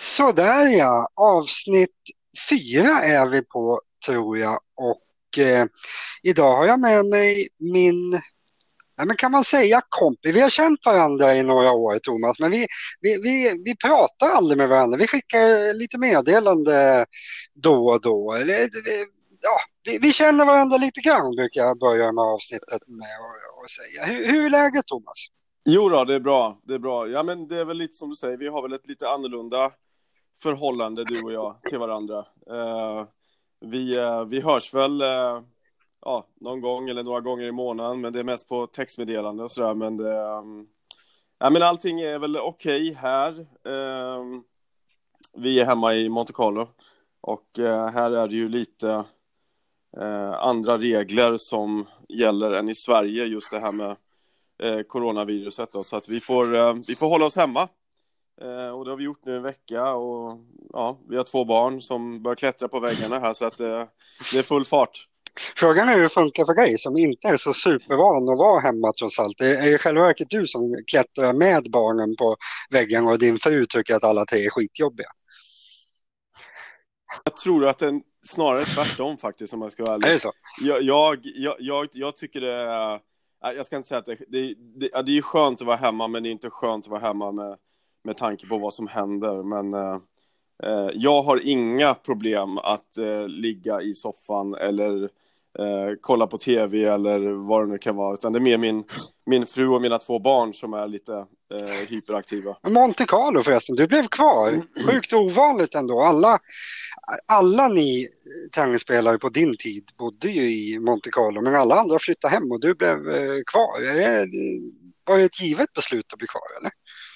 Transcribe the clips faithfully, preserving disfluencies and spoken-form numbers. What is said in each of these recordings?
Sådär ja, avsnitt fyra är vi på tror jag och eh, idag har jag med mig min, ja, men kan man säga kompis. Vi har känt varandra i några år Thomas, men vi, vi, vi, vi pratar aldrig med varandra. Vi skickar lite meddelande då och då. Eller, vi, ja, vi, vi känner varandra lite grann brukar jag börja med avsnittet med att säga. Hur, hur är läget Thomas? Jo då, det är bra. Det är bra. Ja, men det är väl lite som du säger. Vi har väl ett lite annorlunda förhållande, du och jag, till varandra. Uh, vi, uh, vi hörs väl uh, ja, någon gång eller några gånger i månaden, men det är mest på textmeddelande och sådär. Men, det, um, ja, men allting är väl okej här. Uh, vi är hemma i Monte Carlo och uh, här är det ju lite uh, andra regler som gäller än i Sverige, just det här med Eh, coronaviruset då, så att vi får, eh, vi får hålla oss hemma eh, och det har vi gjort nu en vecka och ja, vi har två barn som börjar klättra på väggarna här så att eh, det är full fart. Frågan är hur det funkar för dig som inte är så supervan att vara hemma trots allt. Det är i själva verket du som klättrar med barnen på väggen och din fru tycker att alla tre är skitjobbiga. Jag tror att det snarare tvärtom faktiskt, om jag ska vara ärlig. Är det så? Jag, jag, jag, jag, jag tycker det är, jag ska inte säga att det, det, det, det är ju skönt att vara hemma, men det är inte skönt att vara hemma med, med tanke på vad som händer. Men eh, jag har inga problem att eh, ligga i soffan eller eh, kolla på tv eller vad det nu kan vara. Utan det är mer min, min fru och mina två barn som är lite eh, hyperaktiva. Monte Carlo förresten, du blev kvar. Sjukt ovanligt ändå. Alla, alla ni tennisspelare på din tid bodde ju i Monte Carlo, men alla andra flyttade hem och du blev eh, kvar. Var det ett givet beslut att bli kvar, eller?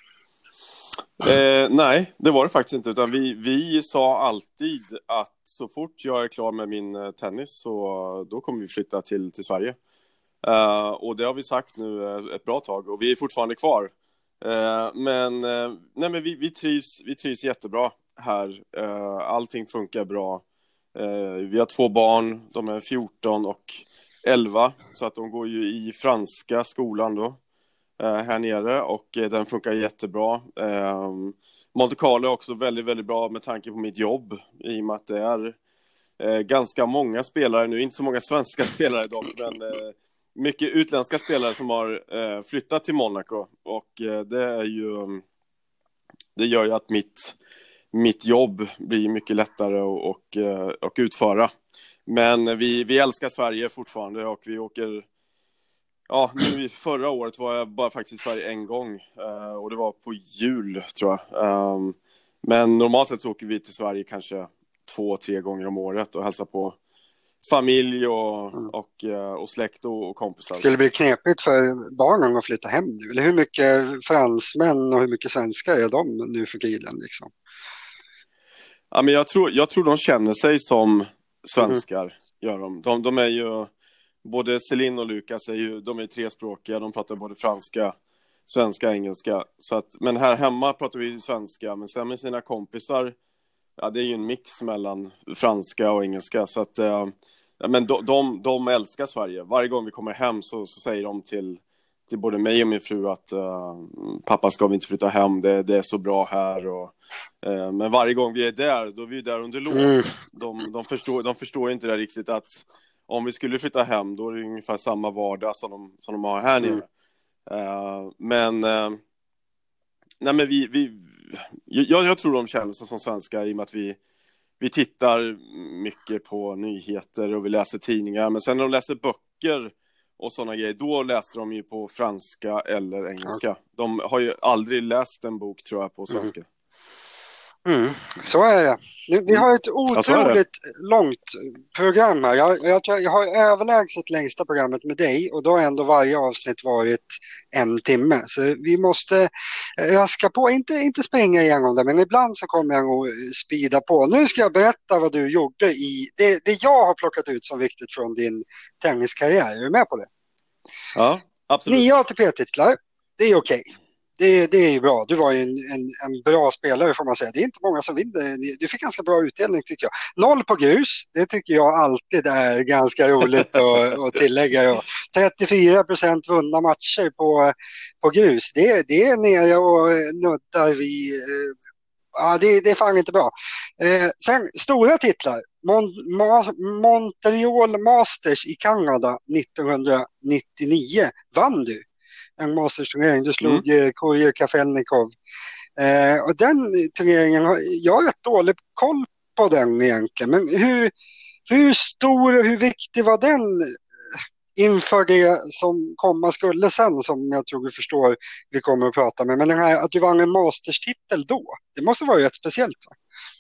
Eh, nej, det var det faktiskt inte. Utan vi, vi sa alltid att så fort jag är klar med min tennis så då kommer vi flytta till, till Sverige. Eh, och det har vi sagt nu ett bra tag och vi är fortfarande kvar. Eh, men eh, nej, men vi, vi, trivs, vi trivs jättebra här. Eh, allting funkar bra. Eh, vi har två barn, de är fjorton och elva. Så att de går ju i franska skolan då. Här nere och eh, den funkar jättebra. Eh, Monte Carlo är också väldigt, väldigt bra med tanke på mitt jobb i och med att det är eh, ganska många spelare nu, inte så många svenska spelare dock, men eh, mycket utländska spelare som har eh, flyttat till Monaco och eh, det är ju det gör ju att mitt, mitt jobb blir mycket lättare och, och, och utföra. Men vi, vi älskar Sverige fortfarande och vi åker. Ja, nu förra året var jag bara faktiskt i Sverige en gång uh, och det var på jul tror jag. Um, men normalt sett så åker vi till Sverige kanske två, tre gånger om året och hälsar på familj och, mm. och, uh, och släkt och, och kompisar. Skulle det bli knepigt för barnen att flytta hem nu? Eller hur mycket fransmän och hur mycket svenskar är de nu för tiden liksom? Ja, men jag tror, jag tror de känner sig som svenskar, mm. gör de. De, de är ju... Både Celine och Lukas är ju, de är trespråkiga, de pratar både franska, svenska, engelska. Så att, men här hemma pratar vi svenska, men sen med sina kompisar, ja, det är ju en mix mellan franska och engelska. Så att, äh, men de, de, de älskar Sverige. Varje gång vi kommer hem så, så säger de till, till både mig och min fru att äh, pappa, ska vi inte flytta hem, det, det är så bra här. Och, äh, men varje gång vi är där, då är vi där under lov. Mm. De, de, förstår, de förstår inte det riktigt att om vi skulle flytta hem, då är det ungefär samma vardag som de, som de har här nere. Mm. Uh, men, uh, nej, men vi, vi, jag, jag tror de känner sig som svenska i och med att vi, vi tittar mycket på nyheter och vi läser tidningar. Men sen när de läser böcker och sådana grejer, då läser de ju på franska eller engelska. De har ju aldrig läst en bok, tror jag, på svenska. Mm. Mm, så är det. Vi har ett otroligt långt program här. Jag, jag, jag har överlägset längsta programmet med dig och då har ändå varje avsnitt varit en timme. Så vi måste raska på, inte, inte springa igenom det, men ibland så kommer jag nog speeda på. Nu ska jag berätta vad du gjorde i det, det jag har plockat ut som viktigt från din tenniskarriär. Är du med på det? Ja, absolut. Nio A T P-titlar, det är okej. Det, det är ju bra. Du var ju en, en, en bra spelare får man säga. Det är inte många som vinner. Du fick ganska bra utdelning tycker jag. Noll på grus, det tycker jag alltid är ganska roligt att, att tillägga. trettiofyra procent vunna matcher på, på grus. Det, det är nere och nuddar vi Ja, det, det är fan inte bra. Eh, sen stora titlar. Mon, Ma, Montreal Masters i Kanada nittonhundranittionio vann du. En Masters-turnering. Du slog mm. eh, Courier Kafelnikov. Eh, och den turneringen, har, jag har rätt dålig koll på den egentligen. Men hur, hur stor och hur viktig var den inför det som komma skulle sen, som jag tror vi förstår vi kommer att prata med. Men den här, att du vann en Masters-titel då, det måste vara rätt speciellt, va?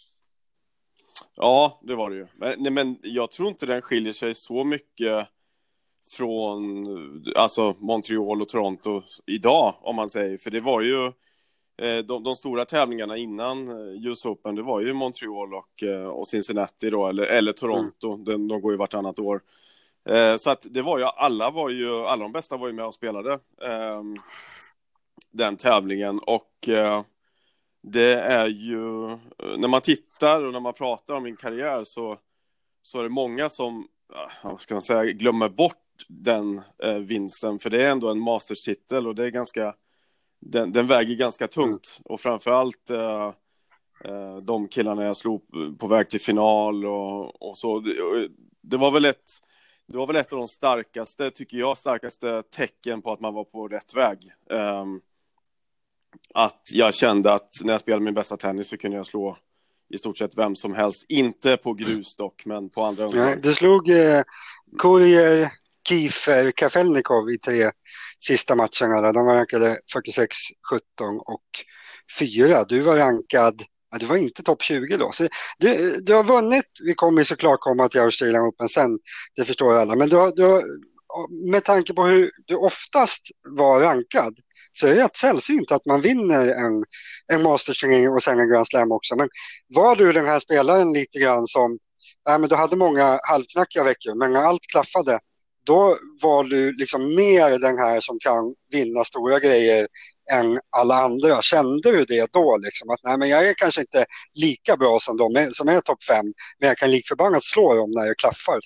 Ja, det var det ju. Men, nej, men jag tror inte den skiljer sig så mycket från alltså Montreal och Toronto idag, om man säger. För det var ju eh, de, de stora tävlingarna innan U S Open, det var ju Montreal och, och Cincinnati då, eller, eller Toronto. Mm. De, de går ju vartannat år. Eh, så att det var ju, alla var ju, alla de bästa var ju med och spelade eh, den tävlingen. Och eh, det är ju, när man tittar och när man pratar om min karriär så, så är det många som, vad ska man säga, glömmer bort den eh, vinsten. För det är ändå en Masters-titel och det är ganska, den, den väger ganska tungt. Och framförallt eh, eh, de killarna jag slog på väg till final och, och så. Det, det var väl ett Det var väl ett av de starkaste, tycker jag, starkaste tecken på att man var på rätt väg. Um, att jag kände att när jag spelade min bästa tennis så kunde jag slå i stort sett vem som helst. Inte på grus dock, men på andra underlag. Ja, du slog eh, Courier, Kiefer, Kafelnikov i tre sista matcherna. Där. De var rankade fyrtiosex, sjutton och fyra. Du var rankad... Ja, du var inte topp tjugo då. Så du, du har vunnit, vi kommer såklart komma till Australian Open sen, det förstår alla. Men du har, du har, med tanke på hur du oftast var rankad så är det rätt sällsynt att man vinner en, en Masters-turnering och sen en Grand Slam också. Men var du den här spelaren lite grann som, ja, men du hade många halvknackiga veckor, men när allt klaffade, då var du liksom mer den här som kan vinna stora grejer än alla andra. Kände du det då liksom? Att nej, men jag är kanske inte lika bra som de är, som är topp fem, men jag kan likförbannat slå dem när jag klaffar.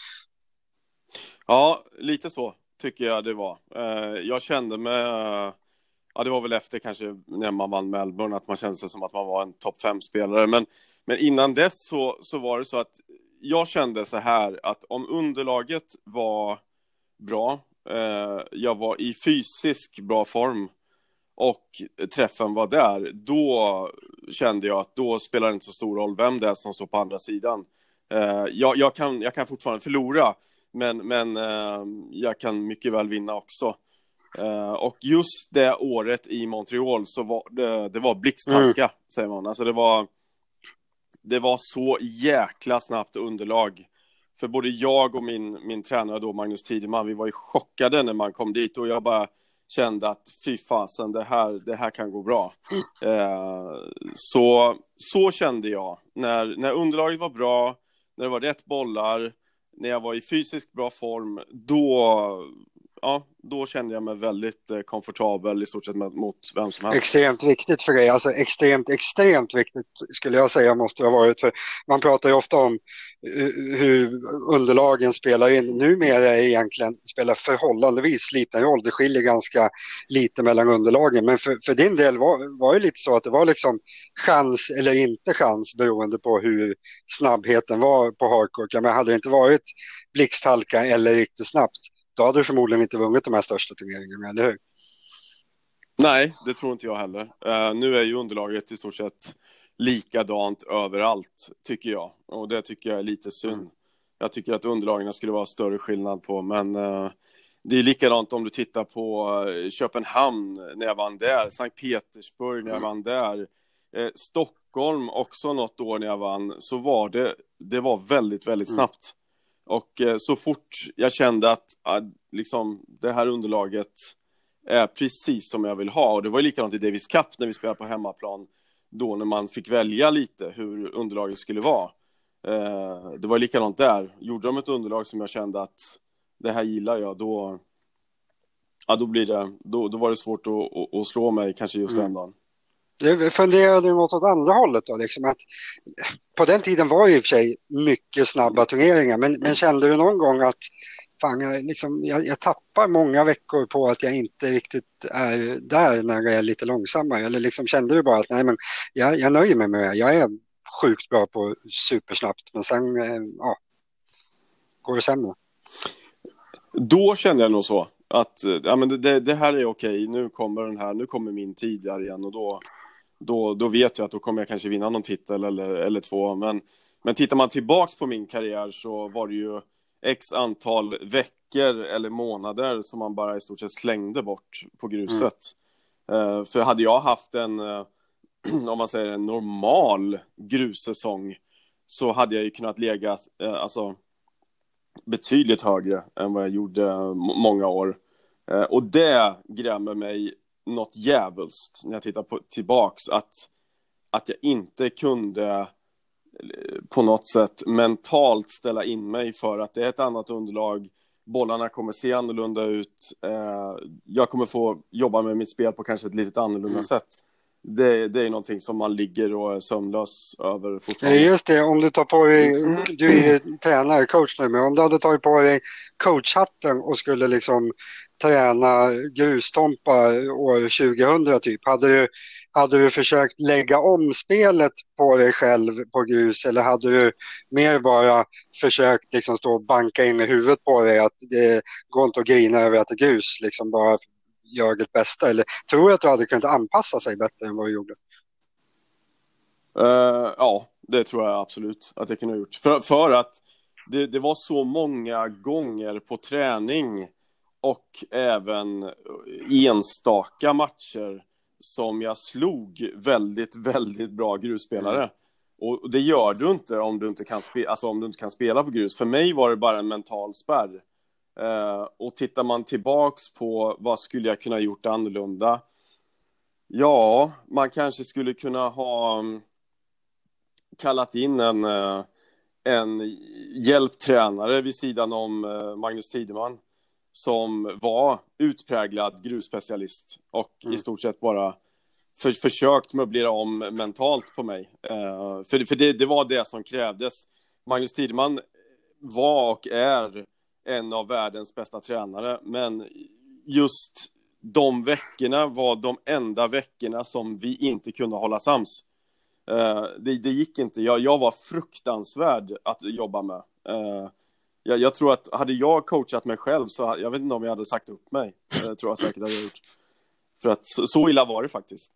Ja, lite så tycker jag det var. Jag kände mig, ja det var väl efter kanske när man vann Melbourne att man kände sig som att man var en topp fem-spelare. Men, men innan dess så, så var det så att jag kände så här att om underlaget var bra, jag var i fysisk bra form och träffen var där, då kände jag att då spelar det inte så stor roll vem det är som står på andra sidan. Eh, jag, jag, kan, jag kan fortfarande förlora, men, men eh, jag kan mycket väl vinna också. Eh, och just det året i Montreal så var det, det var blixthalka, mm. säger man. Alltså det var, det var så jäkla snabbt underlag. För både jag och min, min tränare då, Magnus Tideman, vi var ju chockade när man kom dit och jag bara kände att fy fasen, det här, det här kan gå bra. Eh, så, så kände jag. När, när underlaget var bra, när det var rätt bollar, när jag var i fysiskt bra form, då, ja, då kände jag mig väldigt eh, komfortabel i stort sett med, mot vem som helst. Extremt viktigt för dig, alltså extremt, extremt viktigt skulle jag säga måste det ha varit. För man pratar ju ofta om hur underlagen spelar in. Numera är egentligen spelar förhållandevis liten roll. Det skiljer ganska lite mellan underlagen. Men för, för din del var, var det lite så att det var liksom chans eller inte chans beroende på hur snabbheten var på hardcourt. Men hade det inte varit blixthalka eller riktigt snabbt, då hade du förmodligen inte vunnit de här största turneringarna, eller hur? Nej, det tror inte jag heller. Uh, nu är ju underlaget i stort sett likadant överallt, tycker jag. Och det tycker jag är lite synd. Mm. Jag tycker att underlagen skulle vara större skillnad på. Men uh, det är likadant om du tittar på uh, Köpenhamn när jag vann där. Sankt Petersburg när jag vann där. Uh, Stockholm också något år när jag vann. Så var det, det var väldigt, väldigt snabbt. Mm. Och uh, så fort jag kände att uh, liksom, det här underlaget är precis som jag vill ha. Och det var ju likadant i Davis Cup när vi spelade på hemmaplan. Då när man fick välja lite hur underlaget skulle vara. Eh, det var likadant där. Gjorde de ett underlag som jag kände att det här gillar jag, då, ja, då, blir det, då, då var det svårt att, att, att slå mig kanske just mm. den dagen. Du funderade något åt andra hållet då? Liksom att, på den tiden var det i och för sig mycket snabba turneringar. Men, men kände du någon gång att fan, jag, liksom, jag, jag tappar många veckor på att jag inte riktigt är där när det är lite långsammare. Eller liksom kände du bara att nej, men jag, jag nöjer mig med det. Jag är sjukt bra på supersnabbt, men sen eh, ja, går det sämre. Då kände jag nog så att ja, men det, det här är okej, nu kommer den här, nu kommer min tid där igen, och då, då, då vet jag att då kommer jag kanske vinna någon titel eller, eller två, men, men tittar man tillbaks på min karriär så var det ju x antal veckor eller månader som man bara i stort sett slängde bort på gruset. Mm. Uh, för hade jag haft en uh, om man säger en normal grussäsong, så hade jag ju kunnat lägga uh, alltså betydligt högre än vad jag gjorde m- många år. Uh, och det grämer mig något jävulst när jag tittar på, tillbaks, att, att jag inte kunde på något sätt mentalt ställa in mig för att det är ett annat underlag, bollarna kommer se annorlunda ut, eh, jag kommer få jobba med mitt spel på kanske ett lite annorlunda mm. sätt. Det, det är någonting som man ligger och är sömnlös över fortfarande. Just det, om du tar på dig, du är ju tränare, coach nu, men om du hade tagit på dig coachhatten och skulle liksom träna grustompar år tjugohundra typ, hade du, hade du försökt lägga om spelet på dig själv på grus, eller hade du mer bara försökt liksom stå och banka in i huvudet på dig att det går inte att grina över att det är grus, liksom bara gör det bästa, eller tror du att du hade kunnat anpassa sig bättre än vad du gjorde? Uh, ja, det tror jag absolut att jag kunde ha gjort. För, för att det, det var så många gånger på träning och även enstaka matcher som jag slog väldigt, väldigt bra grusspelare. Mm. Och det gör du inte om du inte kan spela, alltså om du inte kan spela på grus. För mig var det bara en mental spärr. Uh, och tittar man tillbaks på vad skulle jag kunna gjort annorlunda? Ja, man kanske skulle kunna ha kallat in en, en hjälptränare vid sidan om Magnus Tideman, som var utpräglad grusspecialist och mm. i stort sett bara för, försökt möblera om mentalt på mig. Uh, för för det, det var det som krävdes. Magnus Tideman var och är en av världens bästa tränare, men just de veckorna var de enda veckorna som vi inte kunde hålla sams. Uh, det, det gick inte. Jag, jag var fruktansvärd att jobba med. Uh, jag, jag tror att hade jag coachat mig själv så jag vet inte om jag hade sagt upp mig. Uh, tror jag säkert hade gjort. För att så, så illa var det faktiskt.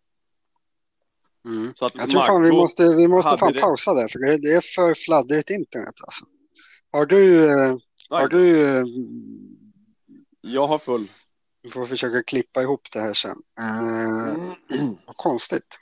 Mm. Så att jag tror fan vi måste, vi måste fan det... pausa där, för det, det är för fladdrigt internet alltså. Har du... Uh, har du uh... Jag har full. Vi får försöka klippa ihop det här sen. Uh, vad konstigt.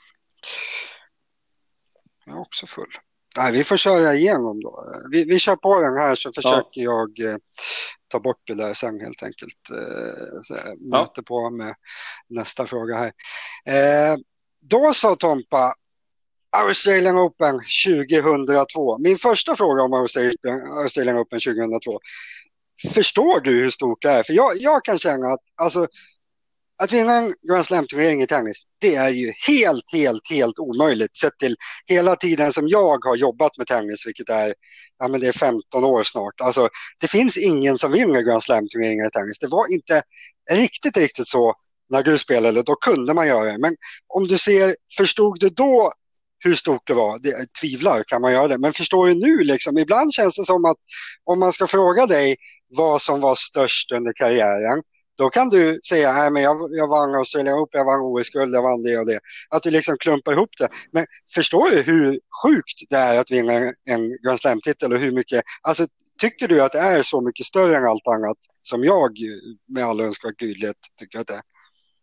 Jag är också full. Nej, vi får köra igenom då. Vi, vi kör på den här, så försöker ja. jag eh, ta bort det där sen helt enkelt. Eh, så jag möter ja. på med nästa fråga här. Eh, då sa Tompa, Australian Open tjugohundratvå. Min första fråga om Australian Open tjugohundratvå. Förstår du hur stort det är? För jag, jag kan känna att alltså, att vinna en Grand Slam-turnering i tennis, det är ju helt, helt, helt omöjligt sett till hela tiden som jag har jobbat med tennis, vilket är, ja, men det är femton år snart. Alltså, det finns ingen som vinner Grand Slam-turneringar i tennis. Det var inte riktigt, riktigt så när du spelade, då kunde man göra det. Men om du ser, förstod du då hur stort det var? Det, tvivlar kan man göra det. Men förstår du nu liksom? Ibland känns det som att om man ska fråga dig vad som var störst under karriären, då kan du säga, nej men jag, jag vann Australian Open, jag vann O S-guld, jag vann det och det. Att du liksom klumpar ihop det. Men förstår du hur sjukt det är att vinna en Grand Slam-titel och hur mycket, alltså tycker du att det är så mycket större än allt annat som jag med all önskvärd tydlighet tycker att det är?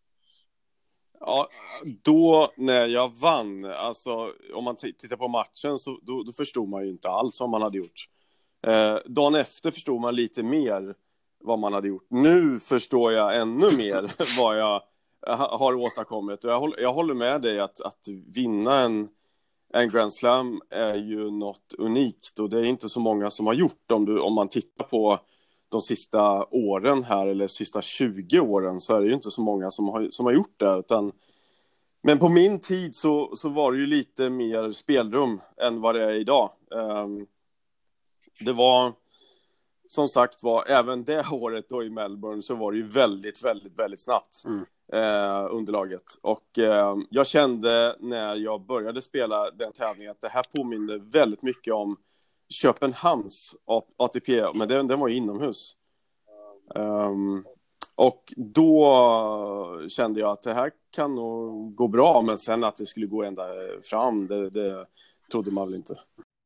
Ja, då när jag vann, alltså om man t- tittar på matchen så då, då förstod man ju inte alls vad man hade gjort. Eh, dagen efter förstod man lite mer vad man hade gjort. Nu förstår jag ännu mer vad jag har åstadkommit. Och jag, håller, jag håller med dig att, att vinna en, en Grand Slam är ju något unikt. Och det är inte så många som har gjort. Om, du, om man tittar på de sista åren här, eller sista tjugo åren, så är det ju inte så många som har, som har gjort det. Utan, men på min tid så, så var det ju lite mer spelrum än vad det är idag. Um, det var... som sagt var, även det året då i Melbourne så var det ju väldigt, väldigt, väldigt snabbt Mm. eh, underlaget. Och eh, jag kände när jag började spela den tävlingen att det här påminner väldigt mycket om Köpenhamns A T P, men den, den var ju inomhus. Um, och då kände jag att det här kan nog gå bra, men sen att det skulle gå ända fram, det, det trodde man väl inte.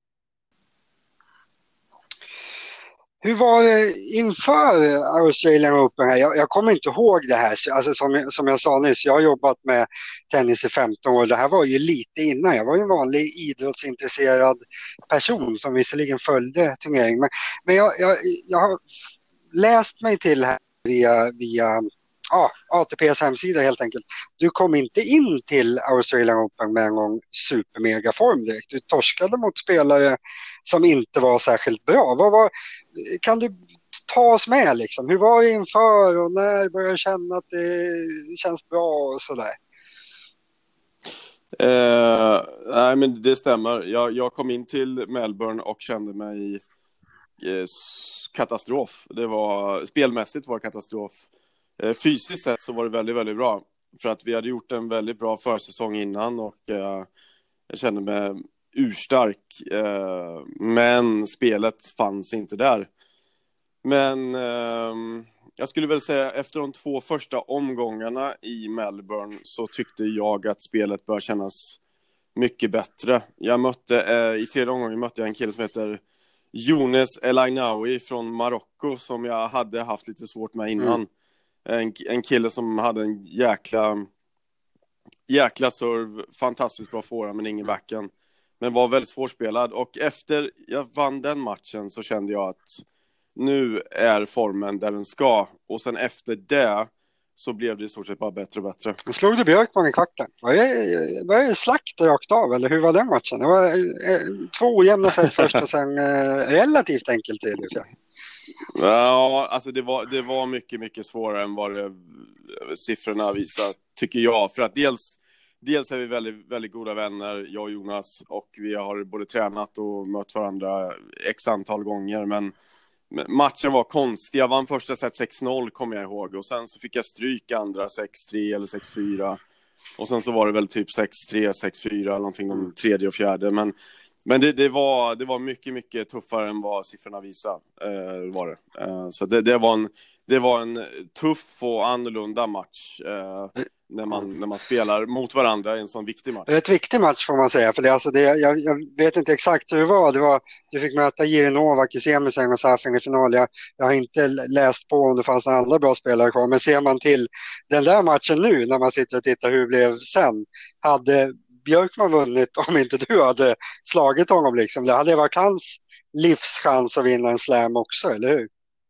Hur var det inför Australian Open här? Jag, jag kommer inte ihåg det här. Alltså som, som jag sa nyss, jag har jobbat med tennis i femton år. Det här var ju lite innan. Jag var ju en vanlig idrottsintresserad person som visserligen följde turneringen. Men, men jag, jag, jag har läst mig till här via, via ja, A T P:s hemsida helt enkelt. Du kom inte in till Australian Open med en gång supermega form direkt. Du torskade mot spelare som inte var särskilt bra. Vad var, kan du ta oss med liksom? Hur var det inför och när började du känna att det känns bra och sådär? Eh, nej, men det stämmer. Jag, jag kom in till Melbourne och kände mig eh, katastrof. Det var, spelmässigt var det katastrof. Eh, fysiskt sett så var det väldigt, väldigt bra. För att vi hade gjort en väldigt bra försäsong innan och eh, jag kände mig urstark. Eh, men spelet fanns inte där. Men eh, jag skulle väl säga efter de två första omgångarna i Melbourne så tyckte jag att spelet bör kännas mycket bättre. Jag mötte, eh, i tredje omgången mötte jag en kille som heter Younes El Ainaoui från Marocko som jag hade haft lite svårt med innan. Mm. En, en kille som hade en jäkla jäkla serv, fantastiskt bra forehand men ingen backhand. Men var väldigt svårspelad och efter jag vann den matchen så kände jag att nu är formen där den ska. Och sen efter det så blev det i stort sett bara bättre och bättre. Slog du Björkman i kvarten? Var det, var det slakt rakt av eller hur var den matchen? Det var eh, två ojämna set först och sen eh, relativt enkelt till det. Ja, alltså det var, det var mycket, mycket svårare än vad det, siffrorna visar, tycker jag. För att dels, dels är vi väldigt, väldigt goda vänner, jag och Jonas. Och vi har både tränat och mött varandra x antal gånger. Men matchen var konstig. Jag vann första set sex noll, kommer jag ihåg. Och sen så fick jag stryk andra sex tre eller sex fyra. Och sen så var det väl typ sex tre, sex fyra eller någonting om tredje och fjärde. Men Men det, det, var, det var mycket, mycket tuffare än vad siffrorna visar. Eh, var det. Eh, så det, det, var en, det var en tuff och annorlunda match eh, när, man, när man spelar mot varandra i en sån viktig match. Det är ett viktig match får man säga. För det, alltså det, jag, jag vet inte exakt hur det var. Det var du fick möta Jiri Novak i semisen och Safin i final. Jag, jag har inte läst på om det fanns några andra bra spelare kvar. Men ser man till den där matchen nu när man sitter och tittar hur det blev sen. Hade Björkman vunnit om inte du hade slagit honom liksom. Det hade varit hans livschans att vinna en slam också, eller hur?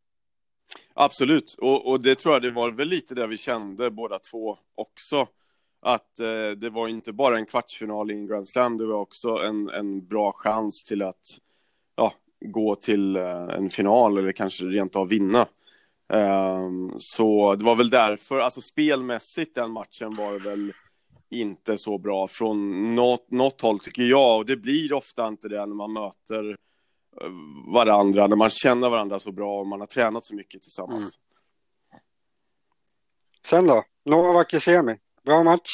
Absolut, och, och det tror jag det var väl lite där vi kände båda två också. Att eh, det var inte bara en kvartsfinal i en Grand Slam, det var också en, en bra chans till att ja, gå till eh, en final eller kanske rent av vinna. Um, så det var väl därför, alltså spelmässigt den matchen var väl inte så bra från något, något håll tycker jag, och det blir ofta inte det när man möter varandra, när man känner varandra så bra och man har tränat så mycket tillsammans. Mm. Sen då? Novak i semi. Bra match?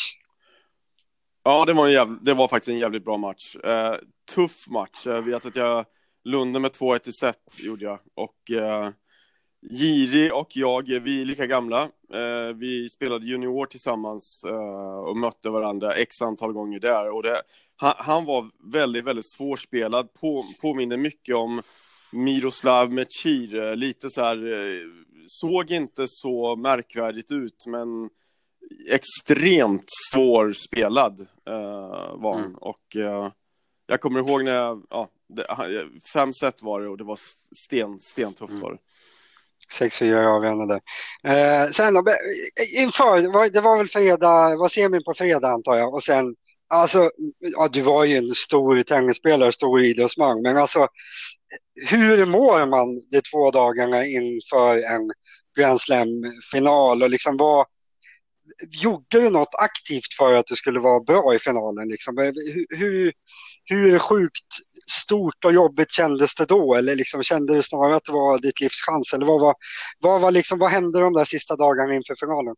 Ja, det var, en jävla, det var faktiskt en jävligt bra match. Eh, tuff match. Jag vet att jag lundade med två ett i set gjorde jag. Och eh, Jiri och jag, vi är lika gamla. Eh, vi spelade junior tillsammans eh, och mötte varandra x antal gånger där. Och det, han, han var väldigt, väldigt svårspelad. På, påminner mycket om Miroslav Mechir. Lite så här, eh, såg inte så märkvärdigt ut, men extremt svårspelad eh, var han. Mm. Och eh, jag kommer ihåg när jag, ja, det, fem set var det och det var sten, stentufft var det. Mm. sex fyra avgörande. Eh, sen då, inför, det var, det var väl fredag, var semin på fredag antar jag. Och sen, alltså, ja, du var ju en stor tennisspelare, stor idrottsman. Men alltså, hur mår man de två dagarna inför en Grand Slam-final? Och liksom vad, gjorde du något aktivt för att du skulle vara bra i finalen? Liksom? Hur, hur, hur sjukt stort och jobbigt kändes det då? Eller liksom, kände du snarare att det var ditt livs chans? Eller vad, var, vad, var liksom, vad hände de där sista dagarna inför finalen?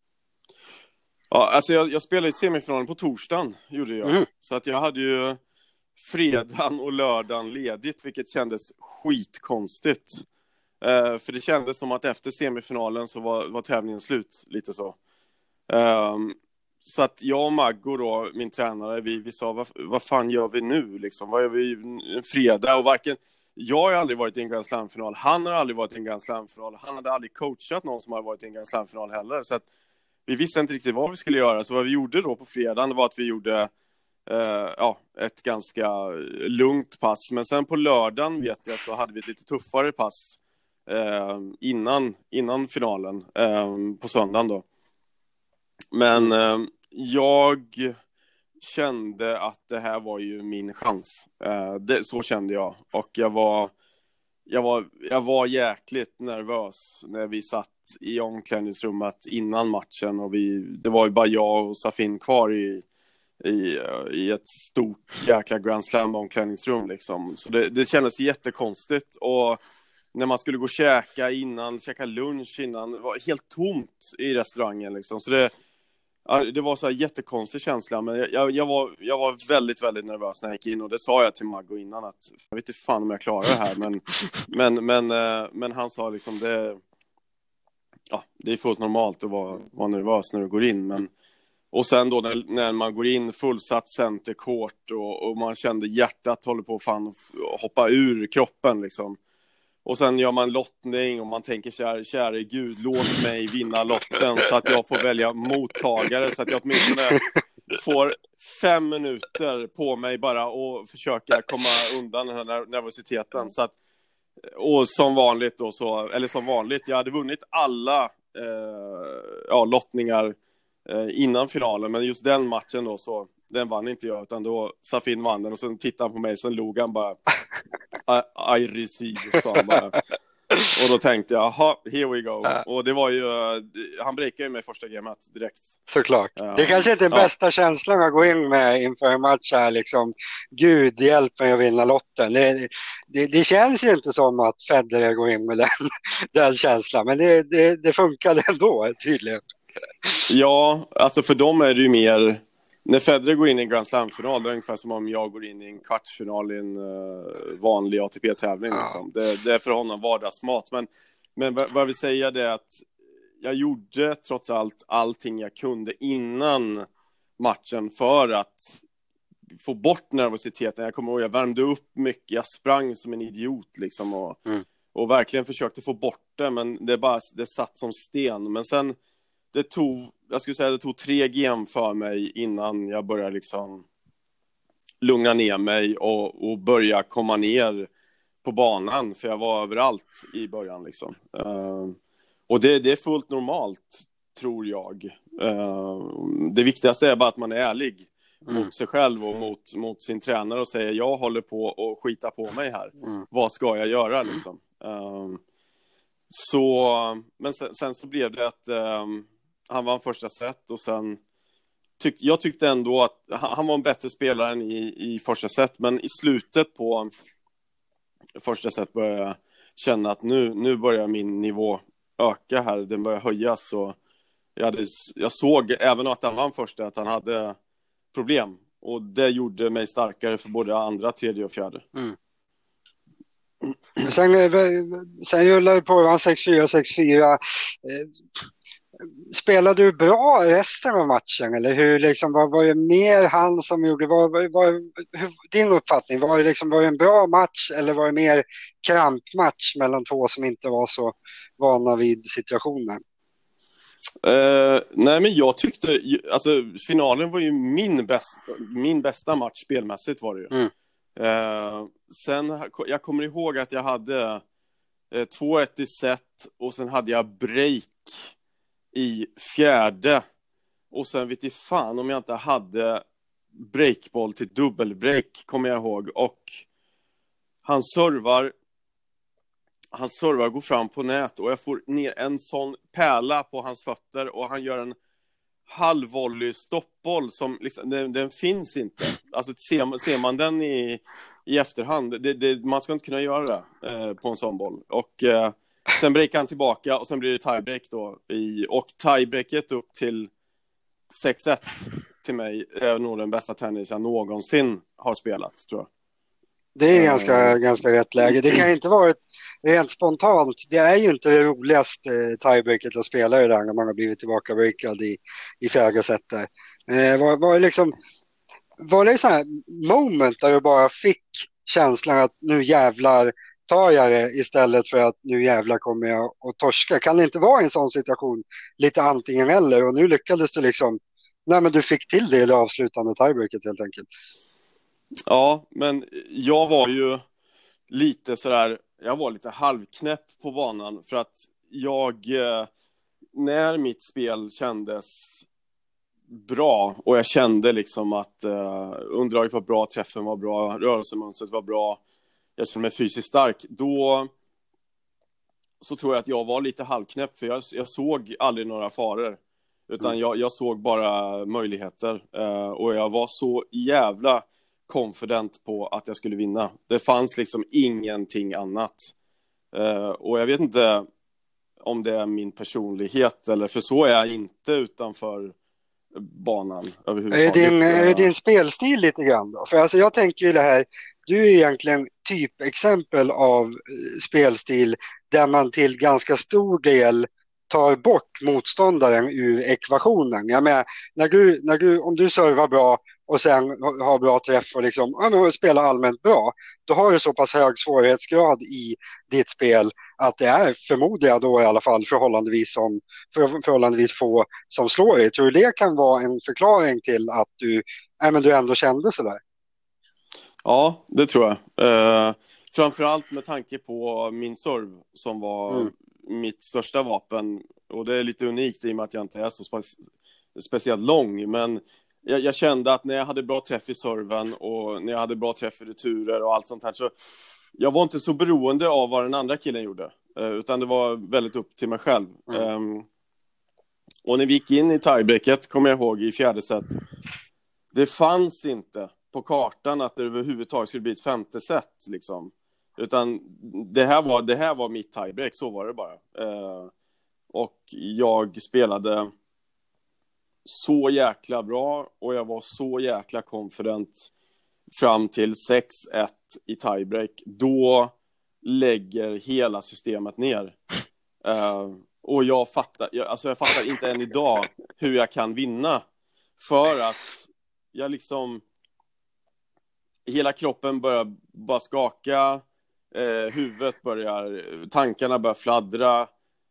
Ja, alltså jag, jag spelade i semifinalen på torsdagen, gjorde jag. Mm. Så att jag hade ju fredagen och lördagen ledigt, vilket kändes skitkonstigt. Uh, för det kändes som att efter semifinalen så var, var tävlingen slut, lite så. Um, så att jag och Maggo då, min tränare, vi, vi sa, vad, vad fan gör vi nu liksom? Vad gör vi en fredag? Och varken, jag har aldrig varit i en Grand Slam-final, han har aldrig varit i en Grand Slam-final, han hade aldrig coachat någon som har varit i en Grand Slam-final heller. Så att vi visste inte riktigt vad vi skulle göra. Så vad vi gjorde då på fredagen var att vi gjorde uh, ja, ett ganska lugnt pass. Men sen på lördagen, vet jag, så hade vi ett lite tuffare pass uh, innan, innan finalen uh, på söndagen då. Men eh, jag kände att det här var ju min chans. Eh, det, så kände jag. Och jag var, jag, var, jag var jäkligt nervös när vi satt i omklädningsrummet innan matchen. Och vi, det var ju bara jag och Safin kvar i, i, i ett stort jäkla Grand Slam omklädningsrum. Liksom. Så det, det kändes jättekonstigt. Och när man skulle gå och käka innan, käka lunch innan, det var helt tomt i restaurangen. Liksom. Så det... Ja, det var så här jättekonstig känsla, men jag, jag, jag, var, jag var väldigt, väldigt nervös när jag gick in, och det sa jag till Maggo innan att jag vet inte fan om jag klarar det här, men, men, men, men, men han sa liksom det, ja, det är fullt normalt att vara, vara nervös när du går in, men och sen då när, när man går in fullsatt centercourt och, och man kände hjärtat håller på att fan hoppa ur kroppen liksom. Och sen gör man lottning och man tänker, kära, kära Gud, låt mig vinna lotten så att jag får välja mottagare, så att jag åtminstone får fem minuter på mig bara och försöka komma undan den här nervositeten. Så att, och som vanligt då så, eller som vanligt, jag hade vunnit alla eh, ja, lottningar eh, innan finalen, men just den matchen då så, den vann inte jag, utan då Safin vann den, och sen tittade han på mig, sen log han bara I, I receive, sa han bara. Och då tänkte jag, aha, here we go. Ja. Och det var ju, han breakade ju med första gamet direkt. Såklart. Ja. Det kanske inte är den ja. bästa känslan att gå in med inför en match här, liksom, Gud hjälp mig att vinna lotten. Det, det, det känns ju inte som att Federer går in med den, den känslan, men det, det, det funkade ändå, tydligen. Ja, alltså för dem är det ju mer, när Federer går in i en Grand Slam-final, det är ungefär som om jag går in i en kvartsfinal i en uh, vanlig A T P-tävling. Ja. Liksom. Det, det är för honom vardagsmat. Men, men vad jag vill säga det är att jag gjorde trots allt allting jag kunde innan matchen för att få bort nervositeten. Jag kommer ihåg, jag värmde upp mycket. Jag sprang som en idiot liksom, och, mm. och verkligen försökte få bort det. Men det, bara, det satt som sten. Men sen det tog, jag skulle säga det tog tre game för mig innan jag började liksom lugna ner mig och, och börja komma ner på banan, för jag var överallt i början liksom. Uh, och det, det är fullt normalt, tror jag. Uh, det viktigaste är bara att man är ärlig mm. mot sig själv och mot, mot sin tränare och säger, jag håller på och skita på mig här. Mm. Vad ska jag göra liksom? Uh, så, men sen, sen så blev det att um, han vann första set, och sen tyck, jag tyckte ändå att han var en bättre spelare än i, i första set, men i slutet på första set började jag känna att nu, nu börjar min nivå öka här, den börjar höjas, så jag, hade, jag såg även att han vann första att han hade problem, och det gjorde mig starkare för både andra, tredje och fjärde. Mm. Sen, sen rullade det på sex fyra, sex fyra. Spelade du bra resten av matchen, eller hur liksom, var, var det mer han som gjorde, var, var, var hur, din uppfattning, var det liksom, var det en bra match eller var det mer krampmatch mellan två som inte var så vana vid situationen? Uh, nej men jag tyckte, alltså finalen var ju min bästa, min bästa match spelmässigt var det ju. Mm. Uh, sen, jag kommer ihåg att jag hade uh, två ett i set, och sen hade jag break i fjärde, och sen vet jag fan om jag inte hade breakboll till dubbelbreak, kommer jag ihåg, och han servar han servar går fram på nät, och jag får ner en sån pärla på hans fötter, och han gör en halvvolley stoppboll som liksom, den, den finns inte. Alltså ser man, ser man den i, i efterhand, det, det, man ska inte kunna göra det eh, på en sån boll. Och eh, sen breakar han tillbaka och sen blir det tiebreak då. I, och tiebreaket upp till sex ett till mig är nog den bästa tennis jag någonsin har spelat, tror jag. Det är ganska, uh, ganska rätt läge. Det kan inte vara ett, rent spontant. Det är ju inte det roligaste eh, tiebreaket att spela det där när man har blivit tillbaka breakad i, i fjärde set där. Eh, var, var, det liksom, var det så här moment där du bara fick känslan att nu jävlar tar jag det istället för att nu jävlar kommer jag att torska? Kan det inte vara en sån situation lite antingen eller? Och nu lyckades du liksom, nej men du fick till det i det avslutande tiebreaket helt enkelt. Ja, men jag var ju lite sådär, jag var lite halvknäpp på banan för att jag, när mitt spel kändes bra och jag kände liksom att uh, underlaget var bra, träffen var bra, rörelsemönstret var bra, jag kände mig fysiskt stark, då så tror jag att jag var lite halvknäpp för jag, jag såg aldrig några faror utan mm. jag, jag såg bara möjligheter uh, och jag var så jävla confident på att jag skulle vinna. Det fanns liksom ingenting annat. Uh, och jag vet inte om det är min personlighet eller för så är jag inte utanför banan överhuvudtaget. Är din, är din spelstil lite grann då? För alltså jag tänker ju det här, du är egentligen typexempel av spelstil där man till ganska stor del tar bort motståndaren ur ekvationen. Jag menar, när du, när du, om du servar bra och sen har bra träff och liksom, ja, spelar allmänt bra, då har du så pass hög svårighetsgrad i ditt spel att det är förmodligen då i alla fall förhållandevis, som, för, förhållandevis få som slår dig. Tror du det kan vara en förklaring till att du, äh, men du ändå kände sådär? Ja, det tror jag. Eh, framförallt med tanke på min serv som var mm. mitt största vapen. Och det är lite unikt i och med att jag inte är så spe- speciellt lång. Men jag, jag kände att när jag hade bra träff i serven och när jag hade bra träff i returer och allt sånt här, så jag var inte så beroende av vad den andra killen gjorde. Eh, utan det var väldigt upp till mig själv. Mm. Um, och när vi gick in i tiebreaket, kommer jag ihåg, i fjärde set. Det fanns inte på kartan att det överhuvudtaget skulle bli ett femte set liksom. Utan det här var, det här var mitt tiebreak, så var det bara. Uh, och jag spelade så jäkla bra och jag var så jäkla confident fram till sex ett i tiebreak. Då lägger hela systemet ner. Uh, och jag fattar, jag, alltså jag fattar inte än idag hur jag kan vinna. För att jag liksom, hela kroppen börjar bara skaka, eh, huvudet börjar, tankarna börjar fladdra.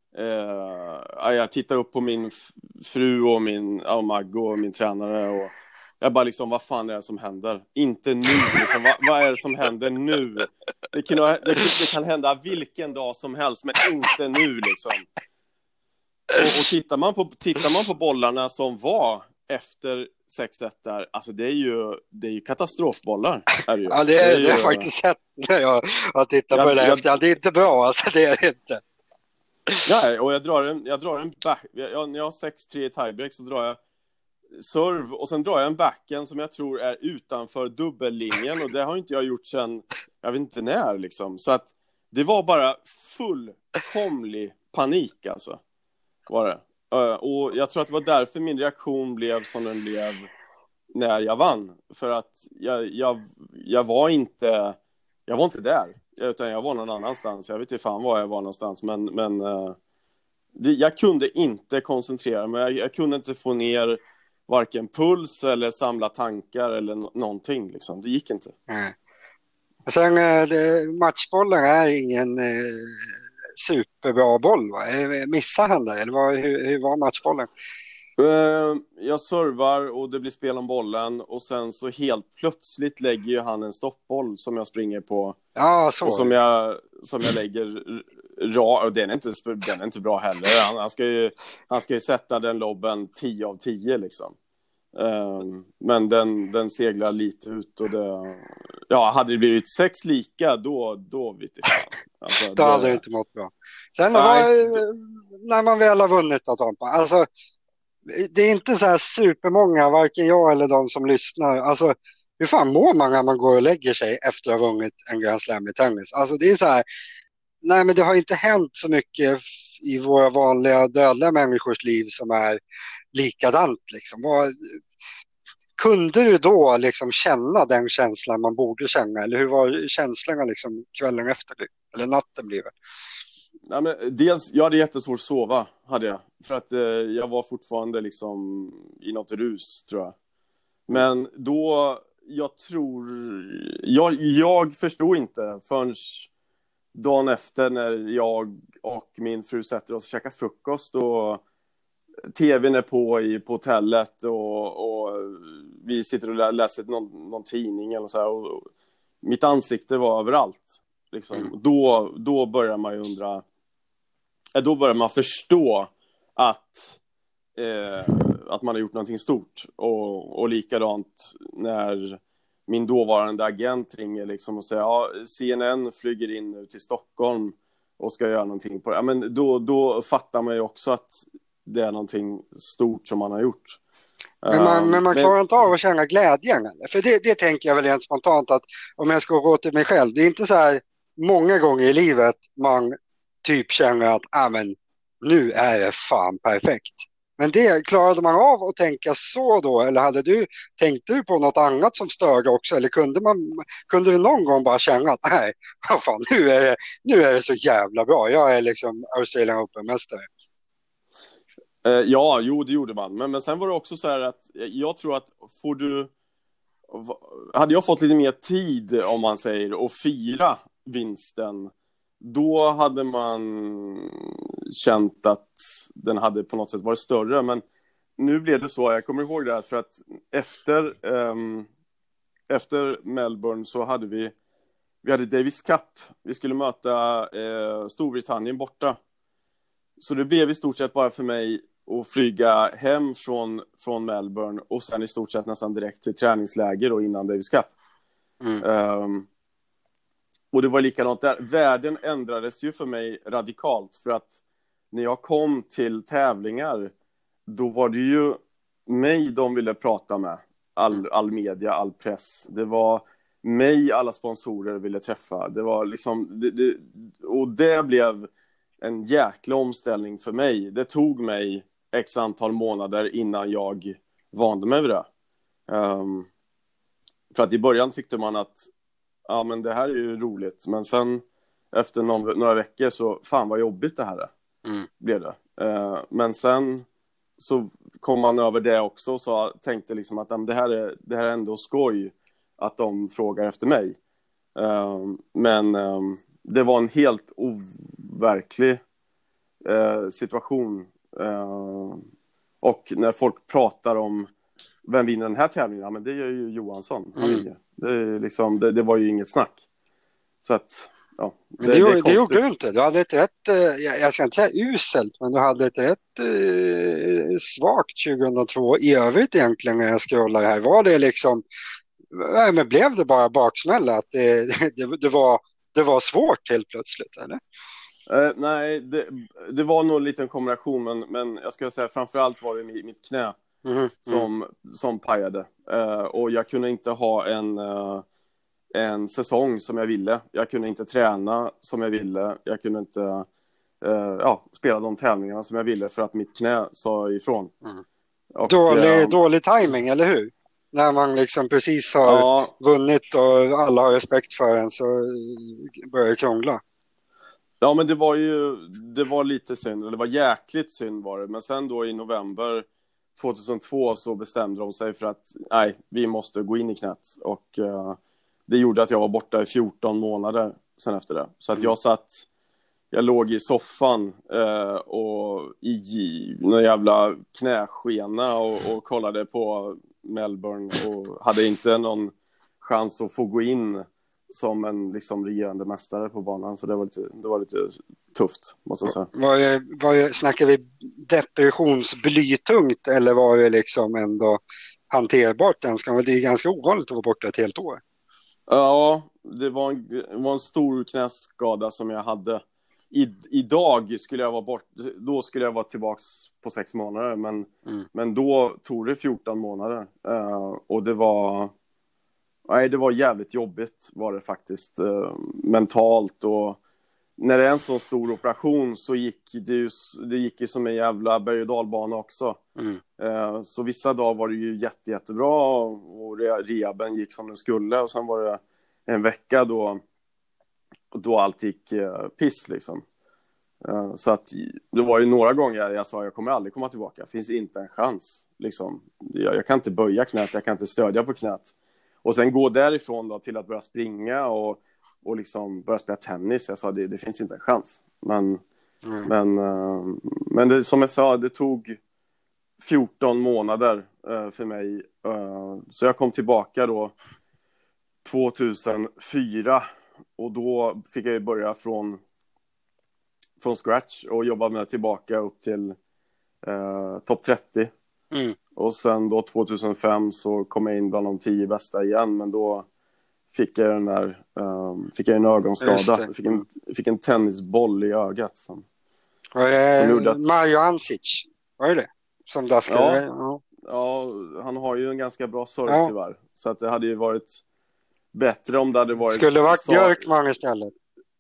Eh, jag tittar upp på min fru och min och Maggo och min tränare och jag bara liksom, vad fan är det som händer? Inte nu, liksom, vad, vad är det som händer nu? Det kan, det, det kan hända vilken dag som helst, men inte nu liksom. Och, och tittar man på, tittar man på bollarna som var efter sex ett där, alltså det är ju, det är ju katastrofbollar. Är det ju. Ja, det är, det är, det är ju, faktiskt sett när jag har tittat jag, på det efter. Det är inte bra, alltså det är det inte. Nej, och jag drar en, jag drar en back, jag, när jag har sex tre i tiebreak så drar jag serve och sen drar jag en backen som jag tror är utanför dubbellinjen och det har inte jag gjort sedan, jag vet inte när liksom. Så att det var bara fullkomlig panik alltså, var det. Uh, och jag tror att det var därför min reaktion blev som den blev när jag vann. För att jag, jag, jag var inte jag var inte där, utan jag var någon annanstans. Jag vet inte fan var jag var någonstans. Men, men uh, det, jag kunde inte koncentrera mig. Jag, jag kunde inte få ner varken puls eller samla tankar eller no- någonting. Liksom. Det gick inte. Mm. Sen det, matchbollen är ingen eh, superbra boll, va? Missar han där? Eller vad, hur, hur var matchbollen? Uh, jag servar och det blir spel om bollen och sen så helt plötsligt lägger ju han en stoppboll som jag springer på. Ja, så. Och som jag, som jag lägger ra, och den är inte, den är inte bra heller. Han, han, ska ju, han ska ju sätta den lobben tio av tio liksom. Um, men den, den seglar lite ut och det, ja, hade det blivit sex lika då, då vet jag fan. Alltså, då hade det inte mått bra. Sen var, när man väl har vunnit då, Tompa, alltså det är inte så här supermånga, varken jag eller de som lyssnar. Alltså, hur fan mår man när man går och lägger sig efter att ha vunnit en Grand Slam i tennis? Alltså det är så här, nej men det har inte hänt så mycket i våra vanliga dödliga människors liv som är likadant liksom. Vad, kunde du då liksom känna den känslan man borde känna? Eller hur var känslorna liksom kvällen efter? Eller natten blir det? Ja, men dels, jag hade jättesvårt att sova, hade jag. För att eh, jag var fortfarande liksom i något rus, tror jag. Men då, jag tror... Jag, jag förstod inte förrän dagen efter när jag och min fru sätter oss och käkar frukost och tvn är på i, på hotellet och, och vi sitter och läser någon, någon tidning eller så här, och mitt ansikte var överallt. Liksom. Mm. Då, då börjar man ju undra... Då börjar man förstå att, eh, att man har gjort någonting stort. Och, och likadant när min dåvarande agent ringer liksom och säger ja, C N N flyger in nu till Stockholm och ska göra någonting på det. Ja, men då, då fattar man ju också att det är någonting stort som man har gjort. Men man, um, men man men... klarar inte av att känna glädjen. Eller? För det, det tänker jag väl rent spontant att om jag ska gå till mig själv. Det är inte så här många gånger i livet man typ känner att ah, men, nu är det fan perfekt. Men det klarade man av att tänka så då? Eller hade du, tänkte du på något annat som störde också? Eller kunde, man, kunde du någon gång bara känna att nej, oh, fan, nu, är det, nu är det så jävla bra. Jag är liksom Australian Open-mästare. Uh, ja, jo det gjorde man. Men, men sen var det också så här att jag tror att får du... Hade jag fått lite mer tid, om man säger, att fira vinsten, då hade man känt att den hade på något sätt varit större. Men nu blev det så, jag kommer ihåg det här, för att efter, um, efter Melbourne så hade vi, vi hade Davis Cup. Vi skulle möta uh, Storbritannien borta. Så det blev i stort sett bara för mig att flyga hem från, från Melbourne och sen i stort sett nästan direkt till träningsläger då innan Davis Cup. Mm. Um, Och det var likadant där. Världen ändrades ju för mig radikalt. För att när jag kom till tävlingar, då var det ju mig de ville prata med. All, all media, all press. Det var mig alla sponsorer ville träffa. Det var liksom... Det, det, och det blev en jäkla omställning för mig. Det tog mig x antal månader innan jag vande mig vid det. Um, för att i början tyckte man att ja, men det här är ju roligt. Men sen efter någon, några veckor så fan vad jobbigt det här är. Mm. Blev det. Uh, men sen så kom man över det också och så tänkte liksom att um, det, här är, det här är ändå skoj att de frågar efter mig. Uh, men um, det var en helt overklig uh, situation. Uh, och när folk pratar om vem vinner den här tävlingen? Ja, men det är ju Johansson. Han vinner. Det, är liksom, det, det var ju inget snack. Så att, ja. Det, men det, det, det gjorde du inte. Du hade ett rätt, jag ska inte säga uselt, men du hade ett rätt eh, svagt tjugohundratvå i övrigt egentligen när jag scrollar här. Var det liksom, nej, men blev det bara baksmälla? Att det, det, det, var, det var svårt helt plötsligt, eller? Uh, nej, det, det var nog en liten kombination, men, men jag ska säga framförallt var det mitt knä. Mm, som, mm. som pajade uh, och jag kunde inte ha en, uh, en säsong som jag ville. Jag kunde inte träna som jag ville. Jag kunde inte uh, ja, spela de tävlingarna som jag ville för att mitt knä sa ifrån. Mm. Och, dålig, uh, dålig timing, eller hur? När man liksom precis har ja, vunnit och alla har respekt för en så börjar det krångla. Ja, men det var ju det var lite synd, eller det var jäkligt synd var det. Men sen då i november tjugohundratvå så bestämde de sig för att nej, vi måste gå in i knät. Och uh, det gjorde att jag var borta i fjorton månader sen efter det. Så att mm. jag satt, jag låg i soffan uh, och i någon jävla knäskena och, och kollade på Melbourne och hade inte någon chans att få gå in som en liksom regerande mästare på banan. Så det var lite, det var lite tufft, måste jag säga. Var det, var det, snackar vi depressionsblytungt eller var det liksom ändå hanterbart? Det är ganska ovanligt att vara borta ett helt år. Ja, det var en, det var en stor knäskada som jag hade. I, idag skulle jag vara bort, då skulle jag vara tillbaks på sex månader. Men, Mm. men då tog det fjorton månader. Uh, och det var... Nej, det var jävligt jobbigt var det faktiskt. Uh, mentalt och... När det är en så stor operation så gick det ju, det gick ju som en jävla berg- och dalbana också. Mm. Uh, så vissa dagar var det ju jätte, jättebra och rehaben gick som den skulle. Och sen var det en vecka då, då allt gick uh, piss liksom. Uh, så att det var ju några gånger jag sa jag kommer aldrig komma tillbaka. Finns inte en chans. Liksom. Jag, jag kan inte böja knät, jag kan inte stödja på knät. Och sen gå därifrån då till att börja springa och, och liksom börja spela tennis. Jag sa det, det finns inte en chans. Men, mm. men, uh, men det, som jag sa, det tog fjorton månader uh, för mig. Uh, så jag kom tillbaka då tvåtusenfyra. Och då fick jag ju börja från från scratch och jobba med tillbaka upp till eh, topp trettio. Mm. Och sen då tjugohundrafem så kom jag in bland de tio bästa igen, men då fick jag den där um, fick jag en ögonskada. Fick en, fick en tennisboll i ögat som, var det som gjorde att... Mario Ancic, var det det? Som daskade? Ja, ja. ja, han har ju en ganska bra serve ja. tyvärr. Så att det hade ju varit bättre om det hade varit... Skulle varit så... Björkman istället.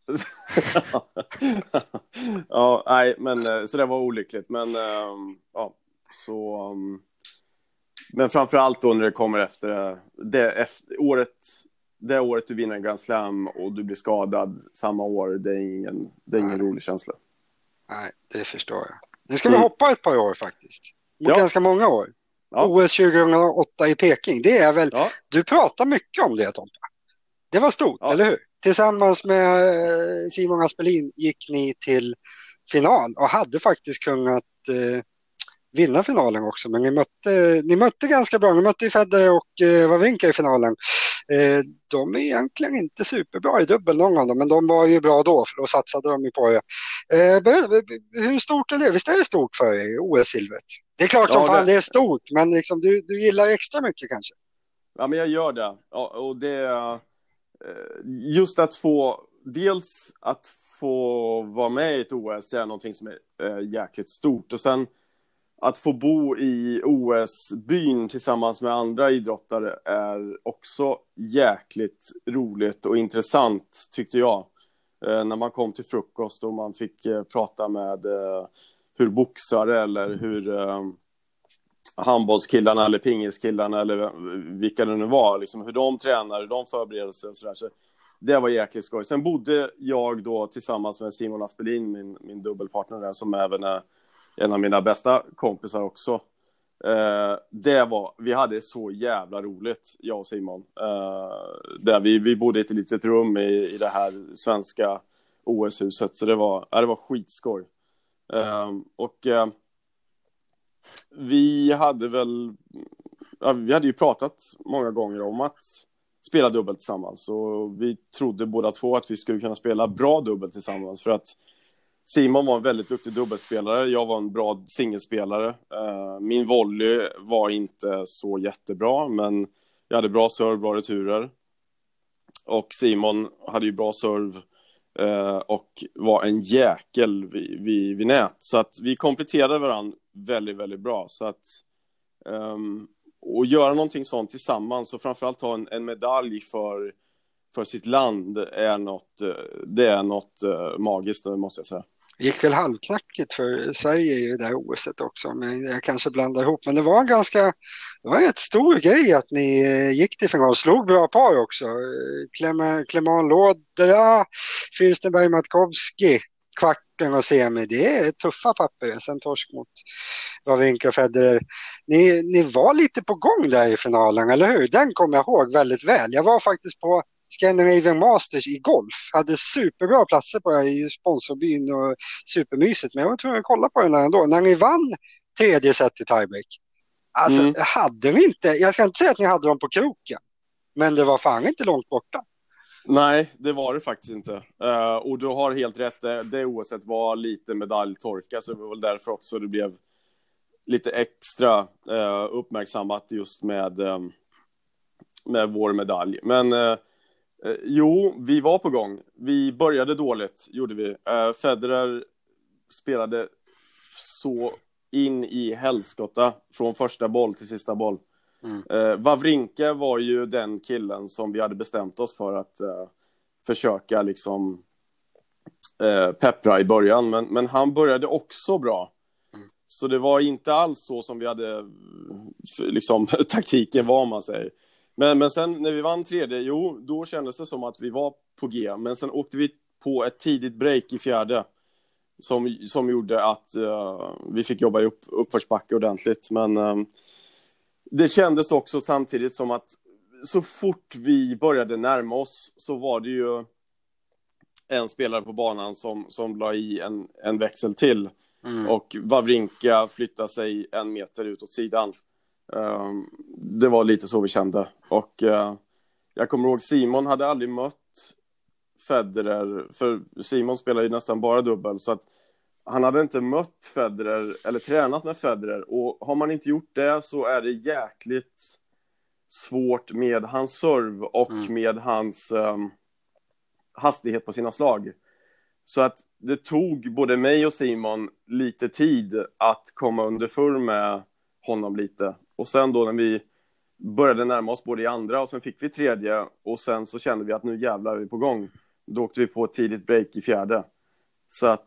Ja, nej, men så det var olyckligt, men um, ja, så um, men framförallt då när det kommer efter det efter, året det året du vinner en Grand Slam och du blir skadad samma år, det är ingen det är ingen rolig känsla. Nej, det förstår jag. Nu ska vi mm. hoppa ett par år faktiskt. Ja. Ganska många år. Ja. O S tjugohundraåtta i Peking. Det är väl ja. Du pratar mycket om det, Tompa. Det var stort, ja. Eller hur? Tillsammans med Simon Aspelin gick ni till final och hade faktiskt kunnat eh, vinna finalen också. Men ni mötte, ni mötte ganska bra. Ni mötte Federer och eh, Wawrinka i finalen. Eh, de är egentligen inte superbra i dubbel, någon av dem. Men de var ju bra då, för då satsade de ju på det. Eh, hur stort är det? Visst är det stort för er, O S-silvret? Det är klart ja, som fan det... det är stort, men liksom, du, du gillar extra mycket kanske. Ja, men jag gör det. Ja, och det... Just att få, dels att få vara med i ett O S är någonting som är äh, jäkligt stort. Och sen att få bo i O S-byn tillsammans med andra idrottare är också jäkligt roligt och intressant, tyckte jag. Äh, när man kom till frukost och man fick äh, prata med äh, hur boxare eller hur äh, handbollskillarna eller pingiskillarna eller vilka det nu var, liksom hur de tränar, hur de förbereder sig och sådär. Så det var jäkligt skoj. Sen bodde jag då tillsammans med Simon Aspelin, min, min dubbelpartner där, som även är en av mina bästa kompisar också. Eh, det var, vi hade så jävla roligt, jag och Simon. Eh, där vi, vi bodde i ett litet rum i, i det här svenska O S-huset, så det var, ja, det var skitskoj. Eh, och eh, vi hade väl ja, vi hade ju pratat många gånger om att spela dubbelt tillsammans, och vi trodde båda två att vi skulle kunna spela bra dubbelt tillsammans, för att Simon var en väldigt duktig dubbelspelare, jag var en bra singelspelare. Min volley var inte så jättebra, men jag hade bra serve, bra returer, och Simon hade ju bra serve och var en jäkel vid, vid, vid nät, så att vi kompletterade varandra väldigt, väldigt bra. Så att um, och göra någonting sånt tillsammans, och framförallt ha en, en medalj för, för sitt land är något, det är något uh, magiskt, måste jag säga. Det gick väl halvknackigt för Sverige i det där O S-et också, men jag kanske blandar ihop. Men det var en ganska, det var en stor grej att ni gick till final. Slog bra par också. Clement Lodra, Fürstenberg Matkowski, kvarten och semi. Det är tuffa papper. Sen torsk mot Wawrinka och Federer. Ni, ni var lite på gång där i finalen, eller hur? Den kommer jag ihåg väldigt väl. Jag var faktiskt på Scandinavian Masters i golf. Hade superbra platser på det i sponsorbyn och supermysigt. Men jag var tvungen att kolla på den ändå. När ni vann tredje set i tiebreak. Alltså, mm. hade ni inte... Jag ska inte säga att ni hade dem på kroken. Men det var fan inte långt borta. Nej, det var det faktiskt inte. Uh, och du har helt rätt. Det, det oavsett var lite medaljtorka. Så det var väl därför också det blev lite extra uh, uppmärksammat just med, um, med vår medalj. Men... Uh, Uh, jo, vi var på gång. Vi började dåligt, gjorde vi. Uh, Federer spelade så in i helskotta från första boll till sista boll. Mm. Eh, Wawrinka var ju den killen som vi hade bestämt oss för att eh, försöka liksom eh, peppra i början. Men, men han började också bra. Mm. Så det var inte alls så som vi hade liksom taktiken var, om man säger. Men, men sen när vi vann tredje, jo, då kändes det som att vi var på G. Men sen åkte vi på ett tidigt break i fjärde. Som, som gjorde att uh, vi fick jobba i upp, uppförsbacke ordentligt. Men um, det kändes också samtidigt som att så fort vi började närma oss så var det ju en spelare på banan som, som la i en, en växel till. Mm. Och Wawrinka flyttade sig en meter ut åt sidan. Um, det var lite så vi kände. Och uh, jag kommer ihåg Simon hade aldrig mött Federer, för Simon spelar ju nästan bara dubbel, så att han hade inte mött Federer eller tränat med Federer, och har man inte gjort det så är det jäkligt svårt med hans serv och mm. med hans um, hastighet på sina slag. Så att det tog både mig och Simon lite tid att komma underför med honom lite, och sen då när vi började närma oss både i andra och sen fick vi tredje, och sen så kände vi att nu jävlar är vi på gång. Då åkte vi på ett tidigt break i fjärde. Så att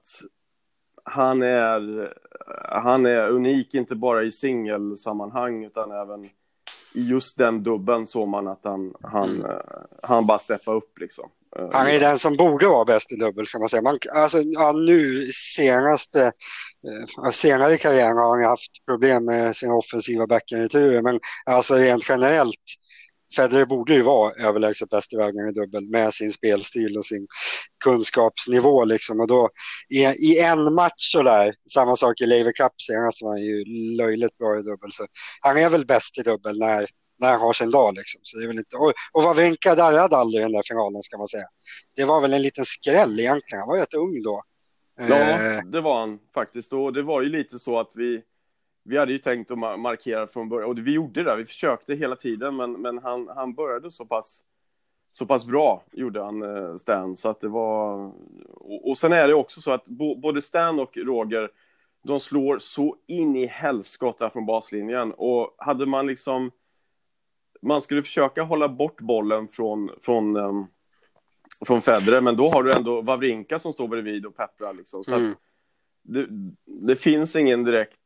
han är han är unik, inte bara i singelsammanhang utan även i just den dubben, så man att han han mm. han bara steppar upp liksom. Han är den som borde vara bäst i dubbel, kan man säga. Man, alltså, ja, nu senaste äh, senare i karriären har han haft problem med sina offensiva backenreturer, men alltså rent generellt Federer borde ju vara överlägset bäst i världen i dubbel med sin spelstil och sin kunskapsnivå liksom. Och då i, i en match så där, samma sak i Laver Cup senast, var han ju löjligt bra i dubbel, så han är väl bäst i dubbel när när han har sin dag liksom. Så det är väl inte, och, och Wawrinka darrade aldrig i den där finalen, ska man säga. Det var väl en liten skräll egentligen, han var rätt ung då. Ja, eh. det var han faktiskt, och det var ju lite så att vi Vi hade ju tänkt att markera från början, och vi gjorde det, vi försökte hela tiden, men, men han, han började så pass, så pass bra, gjorde han, Stan, så att det var, och, och sen är det också så att bo, både Stan och Roger, de slår så in i helskotta från baslinjen, och hade man liksom, man skulle försöka hålla bort bollen från, från, um, från Federer, men då har du ändå Wawrinka som står bredvid och pepprar liksom, så mm. att det, det finns ingen direkt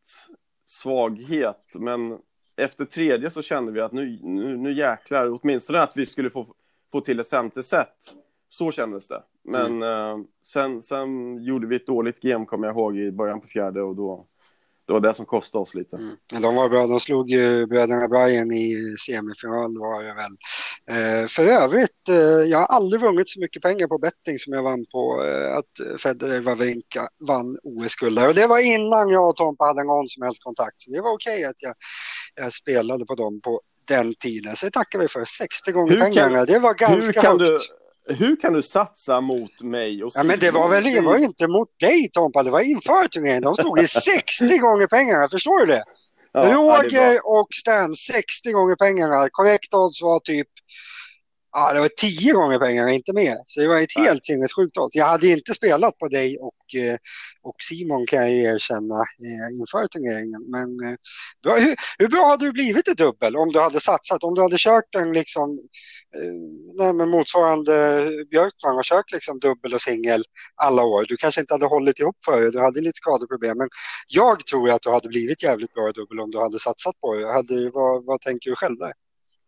svaghet, men efter tredje så kände vi att nu, nu, nu jäklar, åtminstone att vi skulle få, få till ett femte set, så kändes det, men mm. eh, sen, sen gjorde vi ett dåligt game, kommer jag ihåg, i början på fjärde, och då det var det som kostade oss lite. Mm. Men de var bra, de slog ju bröderna Brian i semifinal, var det väl. Eh, för övrigt, eh, jag har aldrig vunnit så mycket pengar på betting som jag vann på eh, att Federer Wawrinka vann O S-guld. Och det var innan jag och Tompa hade någon som helst kontakt. Så det var okej att jag, jag spelade på dem på den tiden. Så det tackar vi för, sextio gånger hur pengarna. Kan, det var ganska högt. Du... Hur kan du satsa mot mig? Och ja, men det var väl det var inte mot dig, Tompa. Det var inför turneringen. De stod i sextio gånger pengarna. Förstår du det? Ja, Roger ja, och Stan, sextio gånger pengarna. Korrekt odds var typ ja, det var tio gånger pengarna, inte mer. Så det var ett helt sinnessjukt odds. Jag hade inte spelat på dig och, och Simon, kan jag erkänna, inför turneringen. Men då, hur, hur bra hade du blivit i dubbel om du hade satsat? Om du hade kört en liksom nej, men motsvarande Björkman har kört liksom dubbel och singel alla år. Du kanske inte hade hållit ihop för det, du hade lite skadeproblem, men jag tror att du hade blivit jävligt bra i dubbel om du hade satsat på det. Hade, vad, vad tänker du själv där?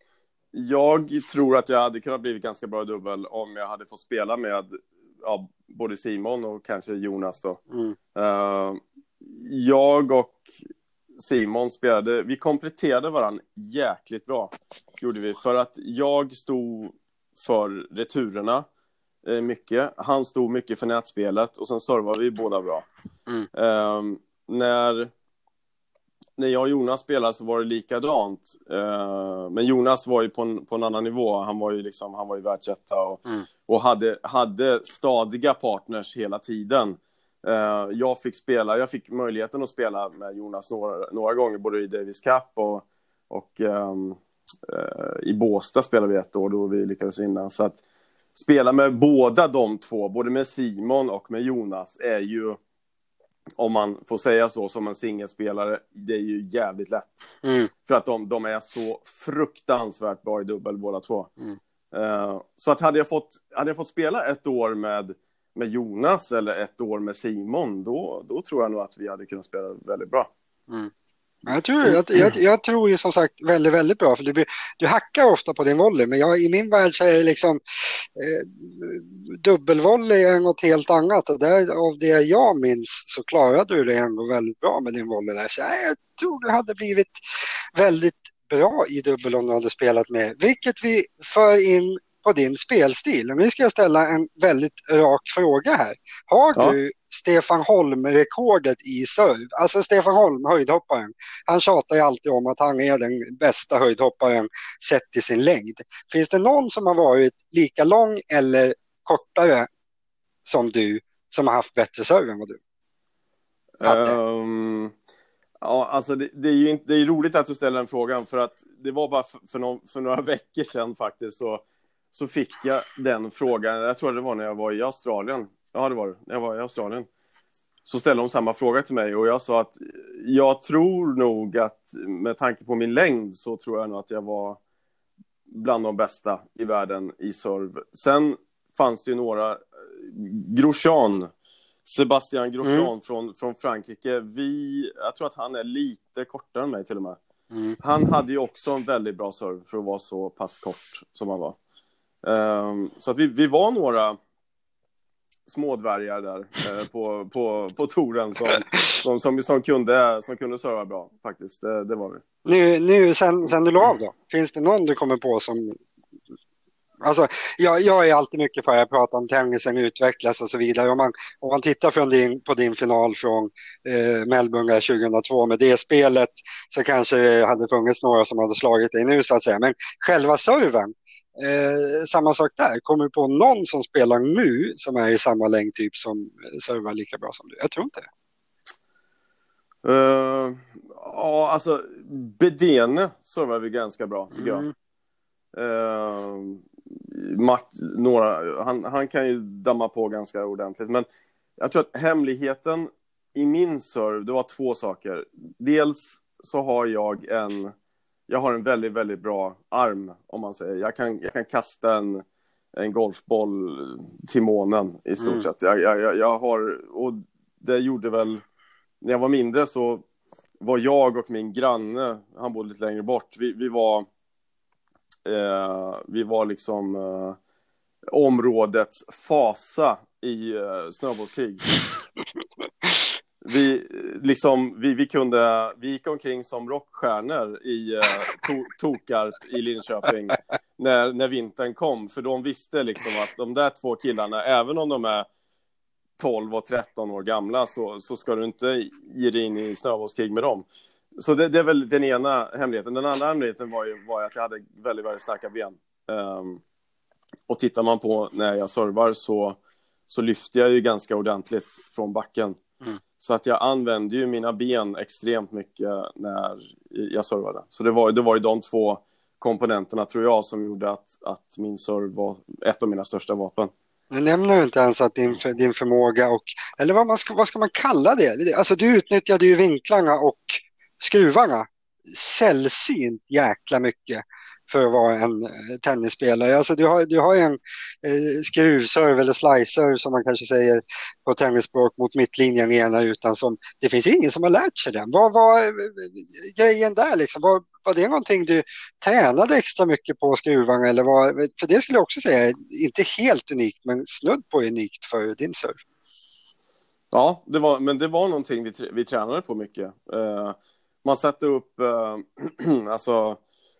Jag tror att jag hade kunnat bli ganska bra i dubbel om jag hade fått spela med ja, både Simon och kanske Jonas då. Mm. Uh, jag och Simon spelade, vi kompletterade varandra jäkligt bra, gjorde vi, för att jag stod för returerna eh, mycket, han stod mycket för nätspelet, och sen servade vi båda bra. Mm. Eh, när, när jag och Jonas spelade så var det likadant, eh, men Jonas var ju på en, på en annan nivå, han var ju liksom, han var ju världsetta och, mm. och hade, hade stadiga partners hela tiden. Uh, jag fick spela, jag fick möjligheten att spela med Jonas några, några gånger, både i Davis Cup och, och um, uh, i Båstad spelade vi ett år då vi lyckades vinna. Så att spela med båda de två, både med Simon och med Jonas, är ju om man får säga så, som en singelspelare, det är ju jävligt lätt. Mm. För att de, de är så fruktansvärt bra i dubbel båda två. Mm. Uh, så att hade jag fått, hade jag fått spela ett år med, med Jonas eller ett år med Simon, då, då tror jag nog att vi hade kunnat spela väldigt bra. Mm. Jag tror, jag, jag, jag tror ju som sagt väldigt, väldigt bra, för du, du hackar ofta på din volley, men jag, i min värld så är det liksom eh, dubbelvolley är något helt annat, och där, av det jag minns så klarade du det ändå väldigt bra med din volley där. Så jag tror du hade blivit väldigt bra i dubbel om du hade spelat med, vilket vi för in på din spelstil. Nu ska jag ställa en väldigt rak fråga här. Har Ja. du Stefan Holm-rekordet i serv? Alltså Stefan Holm, höjdhopparen, han tjatar ju alltid om att han är den bästa höjdhopparen sett till sin längd. Finns det någon som har varit lika lång eller kortare som du, som har haft bättre serv än vad du hade? Um, ja, alltså det, det är ju inte, det är roligt att du ställer den frågan, för att det var bara för, för, någon, för några veckor sedan faktiskt, så så fick jag den frågan. Jag tror det var när jag var i Australien. Ja, det var det. När jag var i Australien. Så ställde de samma fråga till mig. Och jag sa att jag tror nog att med tanke på min längd så tror jag nog att jag var bland de bästa i världen i serv. Sen fanns det ju några. Grosjean. Sebastian Grosjean mm. från, från Frankrike. Vi, jag tror att han är lite kortare än mig till och med. Mm. Han hade ju också en väldigt bra serv för att vara så pass kort som han var. Um, så att vi, vi var några smådvärgar där uh, på, på, på touren som, som, som, som, kunde, som kunde serva bra faktiskt, det, det var vi. Nu, nu sen, sen du la av då, finns det någon du kommer på som... Alltså, jag, jag är alltid mycket för att prata om tennisen utvecklas och så vidare. Om man, om man tittar från din, på din final från eh, Melbourne tjugohundratvå med det spelet, så kanske det hade funnits några som hade slagit dig nu så att säga. Men själva serven, Eh, samma sak där. Kommer du på någon som spelar nu som är i samma längd typ som servar lika bra som du? Jag tror inte det. Uh, ja, alltså Bedene servar vi ganska bra tycker mm. jag. Uh, Matt, några, han, han kan ju damma på ganska ordentligt. Men jag tror att hemligheten i min serv, det var två saker. Dels så har jag en Jag har en väldigt, väldigt bra arm, om man säger. Jag kan, jag kan kasta en, en golfboll till månen i stort mm. sett. Jag, jag, jag har, och det gjorde väl, när jag var mindre så var jag och min granne, han bodde lite längre bort, vi, vi var eh, vi var liksom eh, områdets fasa i eh, snöbollskrig. Vi, liksom, vi, vi, kunde, vi gick omkring som rockstjärnor i uh, to, Tokarp i Linköping när, när vintern kom. För de visste liksom att de där två killarna, även om de är tolv och tretton år gamla, så, så ska du inte ge dig in i snöbollskrig med dem. Så det, det är väl den ena hemligheten. Den andra hemligheten var ju var att jag hade väldigt, väldigt starka ben. Um, och tittar man på när jag servar så, så lyfter jag ju ganska ordentligt från backen. Mm. Så att jag använde ju mina ben extremt mycket när jag servade. Så det var, det var ju de två komponenterna tror jag som gjorde att, att min serv var ett av mina största vapen. Nu nämner du inte ens att din, din förmåga och, eller vad, man ska, vad ska man kalla det? Alltså du utnyttjade ju vinklarna och skruvarna sällsynt jäkla mycket för att vara en tennisspelare. Alltså du har, du har en eh, skruvserv eller slicer som man kanske säger på tennisspråk mot mittlinjen ena utan som, det finns ingen som har lärt sig den. Vad var grejen där liksom? Var, var det någonting du tränade extra mycket på skruvarna eller var, för det skulle jag också säga inte helt unikt men snudd på unikt för din serv. Ja, det var, men det var någonting vi, vi tränade på mycket. Uh, man satte upp uh, alltså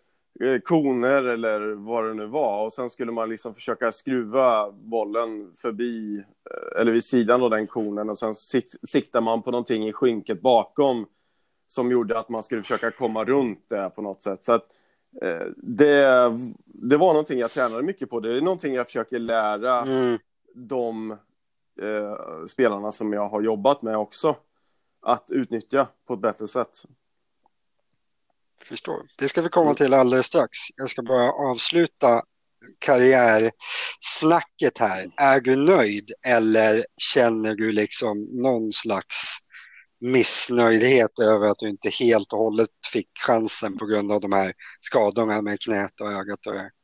koner eller vad det nu var och sen skulle man liksom försöka skruva bollen förbi eller vid sidan av den konen och sen siktar man på någonting i skynket bakom som gjorde att man skulle försöka komma runt det på något sätt. Så att eh, det, det var någonting jag tränade mycket på. Det är någonting jag försöker lära mm. de eh, spelarna som jag har jobbat med också att utnyttja på ett bättre sätt. Förstår. Det ska vi komma till alldeles strax. Jag ska bara avsluta karriärsnacket här. Är du nöjd eller känner du liksom någon slags missnöjdhet över att du inte helt och hållet fick chansen på grund av de här skadorna med knät och ögat och det?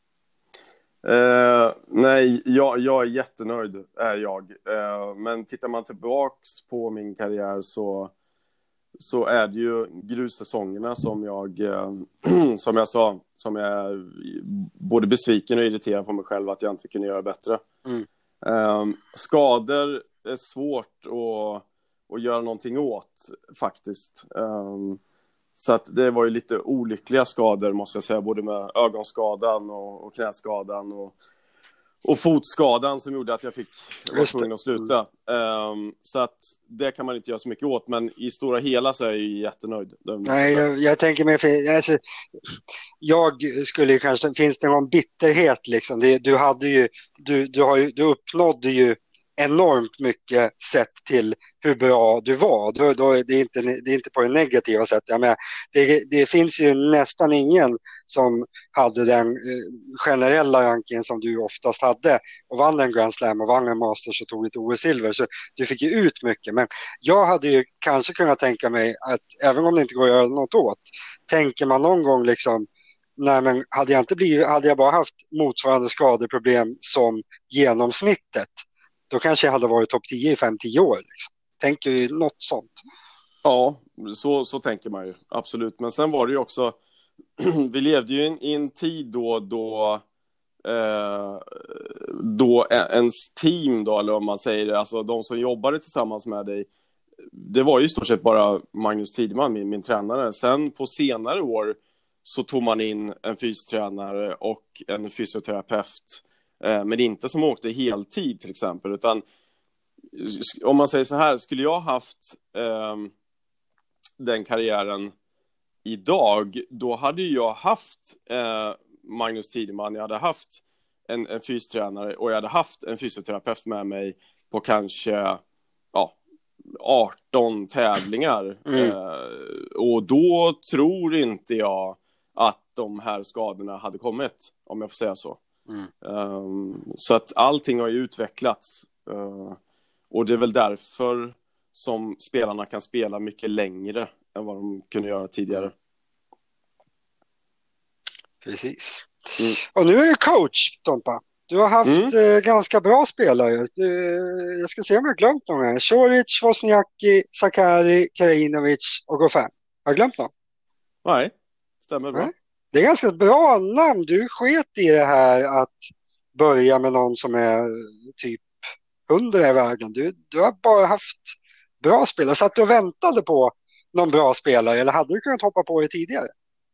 Eh, nej, jag, jag är jättenöjd, är jag. Eh, men tittar man tillbaks på min karriär så, så är det ju grussäsongerna som jag, eh, som jag sa, som jag är både besviken och irriterad på mig själv att jag inte kunde göra bättre. Mm. Eh, skador är svårt att, att göra någonting åt, faktiskt. Eh, Så att det var ju lite olyckliga skador, måste jag säga, både med ögonskadan och, och knäskadan och, och fotskadan som gjorde att jag fick var tvungen att sluta. Mm. Um, så att det kan man inte göra så mycket åt, men i stora hela så är jag ju jättenöjd. Nej, jag, jag tänker mig, alltså, jag skulle kanske, finns det någon bitterhet liksom? Det, du hade ju, du, du har ju, du uppnådde ju enormt mycket sett till hur bra du var. Då, då, det, är inte, det är inte på det negativa sättet. Jag menar, det, det finns ju nästan ingen som hade den eh, generella rankingen som du oftast hade och vann en Grand Slam och vann en Masters och tog ett O S-silver. Så du fick ju ut mycket. Men jag hade ju kanske kunnat tänka mig att även om det inte går att göra något åt, tänker man någon gång liksom, nej men hade jag, inte blivit, hade jag bara haft motsvarande skadeproblem som genomsnittet, då kanske jag hade varit topp tio i fem till tio år. Liksom. Tänker ju något sånt. Ja, så, så tänker man ju. Absolut. Men sen var det ju också... vi levde ju i en, i en tid då... då eh, då ens team då, eller om man säger det, alltså de som jobbade tillsammans med dig, det var ju i stort sett bara Magnus Tideman, min, min tränare. Sen på senare år så tog man in en fystränare och en fysioterapeut. Men inte som åkte heltid till exempel, utan om man säger så här, skulle jag haft eh, den karriären idag, då hade jag haft eh, Magnus Tideman, jag hade haft en, en fystränare och jag hade haft en fysioterapeut med mig på kanske ja, arton tävlingar. Mm. Eh, och då tror inte jag att de här skadorna hade kommit, om jag får säga så. Mm. Um, så att allting har ju utvecklats uh, och det är väl därför som spelarna kan spela mycket längre än vad de kunde göra tidigare. Precis. Mm. Och nu är du coach, Tompa. Du har haft mm. eh, ganska bra spelare. Du, jag ska se om jag har glömt någon här. Šorić, Wozniacki, Sakkari, Krajinovic och Goffin. Har jag glömt någon? Nej, stämmer bra. Nej. Det är ganska bra namn. Du sket i det här att börja med någon som är typ hundra i vägen. Du, du har bara haft bra spelare. Så att du väntade på någon bra spelare, eller hade du kunnat hoppa på det tidigare?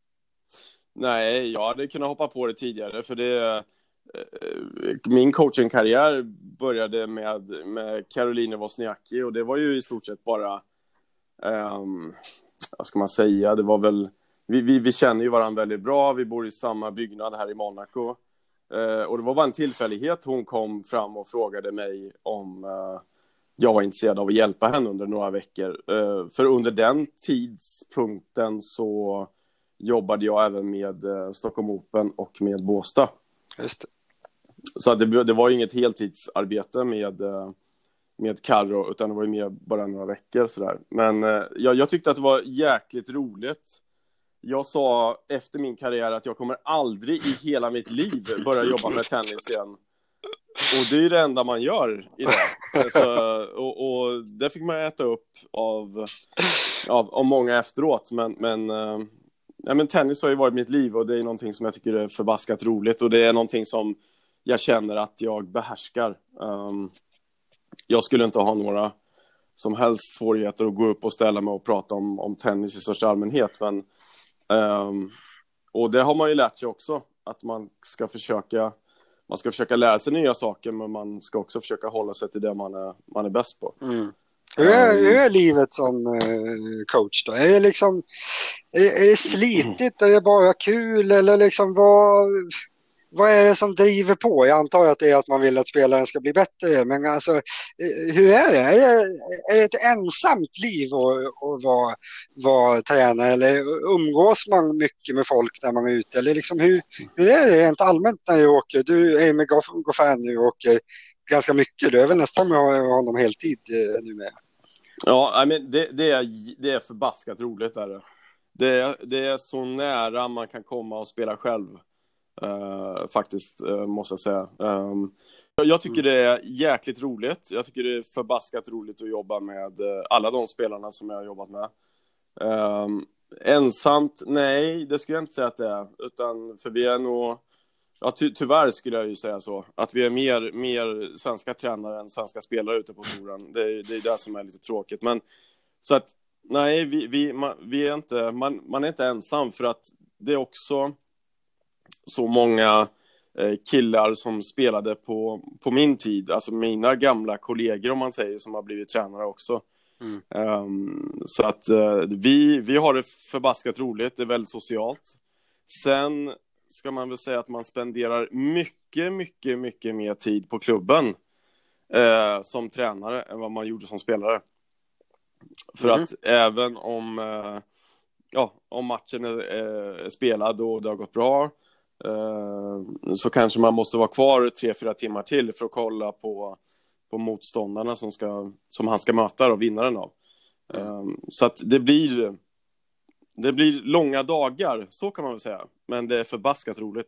Nej, jag hade kunnat hoppa på det tidigare, för det min coachingkarriär började med, med Caroline Wozniacki, och det var ju i stort sett bara um, vad ska man säga, det var väl Vi, vi, vi känner ju varandra väldigt bra. Vi bor i samma byggnad här i Monaco. Eh, och det var bara en tillfällighet. Hon kom fram och frågade mig om eh, jag var intresserad av att hjälpa henne under några veckor. Eh, för under den tidspunkten så jobbade jag även med eh, Stockholm Open och med Båstad. Just det. Så att det, det var ju inget heltidsarbete med, eh, med Carro, utan det var ju mer bara några veckor. Sådär. Men eh, jag, jag tyckte att det var jäkligt roligt. Jag sa efter min karriär att jag kommer aldrig i hela mitt liv börja jobba med tennis igen. Och det är ju det enda man gör idag. Alltså, och, och det fick man äta upp av, av, av många efteråt. Men, men, äh, ja, men tennis har ju varit mitt liv, och det är någonting som jag tycker är förbaskat roligt. Och det är någonting som jag känner att jag behärskar. Um, jag skulle inte ha några som helst svårigheter att gå upp och ställa mig och prata om, om tennis i största allmänhet. Men Um, och det har man ju lärt sig också, att man ska försöka man ska försöka lära sig nya saker, men man ska också försöka hålla sig till det man är, man är bäst på. Mm. Hur, är, hur är livet som uh, coach då? Är det liksom är, är det slitigt, är det bara kul, eller liksom vad, vad är det som driver på? Jag antar att det är att man vill att spelaren ska bli bättre, men alltså hur är det? Är det, är det ett ensamt liv att, att vara, vara tränare, eller umgås man mycket med folk när man är ute? Eller liksom hur, hur är det rent allmänt när du åker? Du är med Goffin nu och åker ganska mycket. Du är väl nästan med honom heltid nu med? Ja, I men det, det, är, det är förbaskat roligt. Är det. Det, är, det är så nära man kan komma och spela själv. Uh, faktiskt, uh, måste jag säga. Um, jag tycker det är jäkligt roligt. Jag tycker det är förbaskat roligt att jobba med uh, alla de spelarna som jag har jobbat med. Um, ensamt, nej, det skulle jag inte säga att det är. Utan, för vi är nog... Ja, ty- tyvärr skulle jag ju säga så. Att vi är mer, mer svenska tränare än svenska spelare ute på touren. Det är, det är det som är lite tråkigt. Men så att, nej, vi, vi, man, vi är inte, man, man är inte ensam. För att det är också så många eh, killar som spelade på, på min tid. Alltså mina gamla kollegor, om man säger, som har blivit tränare också. Mm. Um, så att uh, vi, vi har det förbaskat roligt. Det är väldigt socialt. Sen ska man väl säga att man spenderar mycket, mycket, mycket mer tid på klubben eh, som tränare än vad man gjorde som spelare. För mm. att även om, eh, ja, om matchen är, är spelad och det har gått bra, eh, så kanske man måste vara kvar tre, fyra timmar till för att kolla på, på motståndarna som, ska, som han ska möta och vinnaren av. Mm. Eh, så att det blir... Det blir långa dagar, så kan man väl säga. Men det är förbaskat roligt.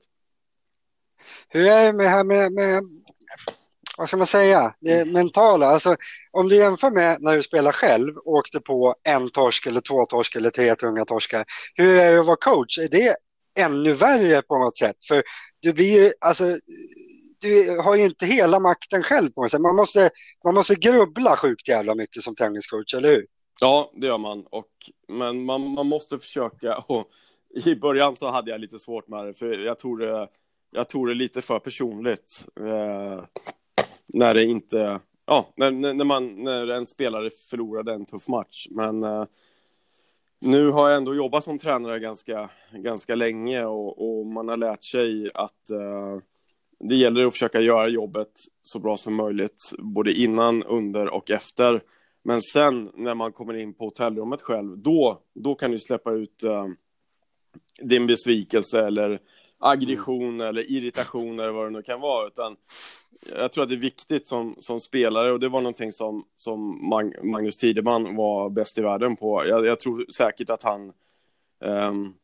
Hur är det med, här med, med vad ska man säga, det mentala? Alltså, om du jämför med när du spelar själv och åkte på en torsk eller två torsk eller tre tunga torskar. Hur är det att vara coach? Är det ännu värre på något sätt? För du blir ju, alltså, du har ju inte hela makten själv på något sätt. Man måste, man måste grubbla sjukt jävla mycket som tenniscoach, eller hur? Ja, det gör man. Och, men man, man måste försöka. Och i början så hade jag lite svårt med det. För jag tog det, jag tog det lite för personligt. Eh, när det inte... Ja, när, när, man, när en spelare förlorade en tuff match. Men eh, nu har jag ändå jobbat som tränare ganska, ganska länge. Och, och man har lärt sig att eh, det gäller att försöka göra jobbet så bra som möjligt. Både innan, under och efter. Men sen när man kommer in på hotellrummet själv, då, då kan du släppa ut uh, din besvikelse eller aggression mm. eller irritation eller vad det nu kan vara. Utan jag tror att det är viktigt som, som spelare, och det var någonting som, som Mag- Magnus Tideman var bäst i världen på. Jag, jag tror säkert att han um,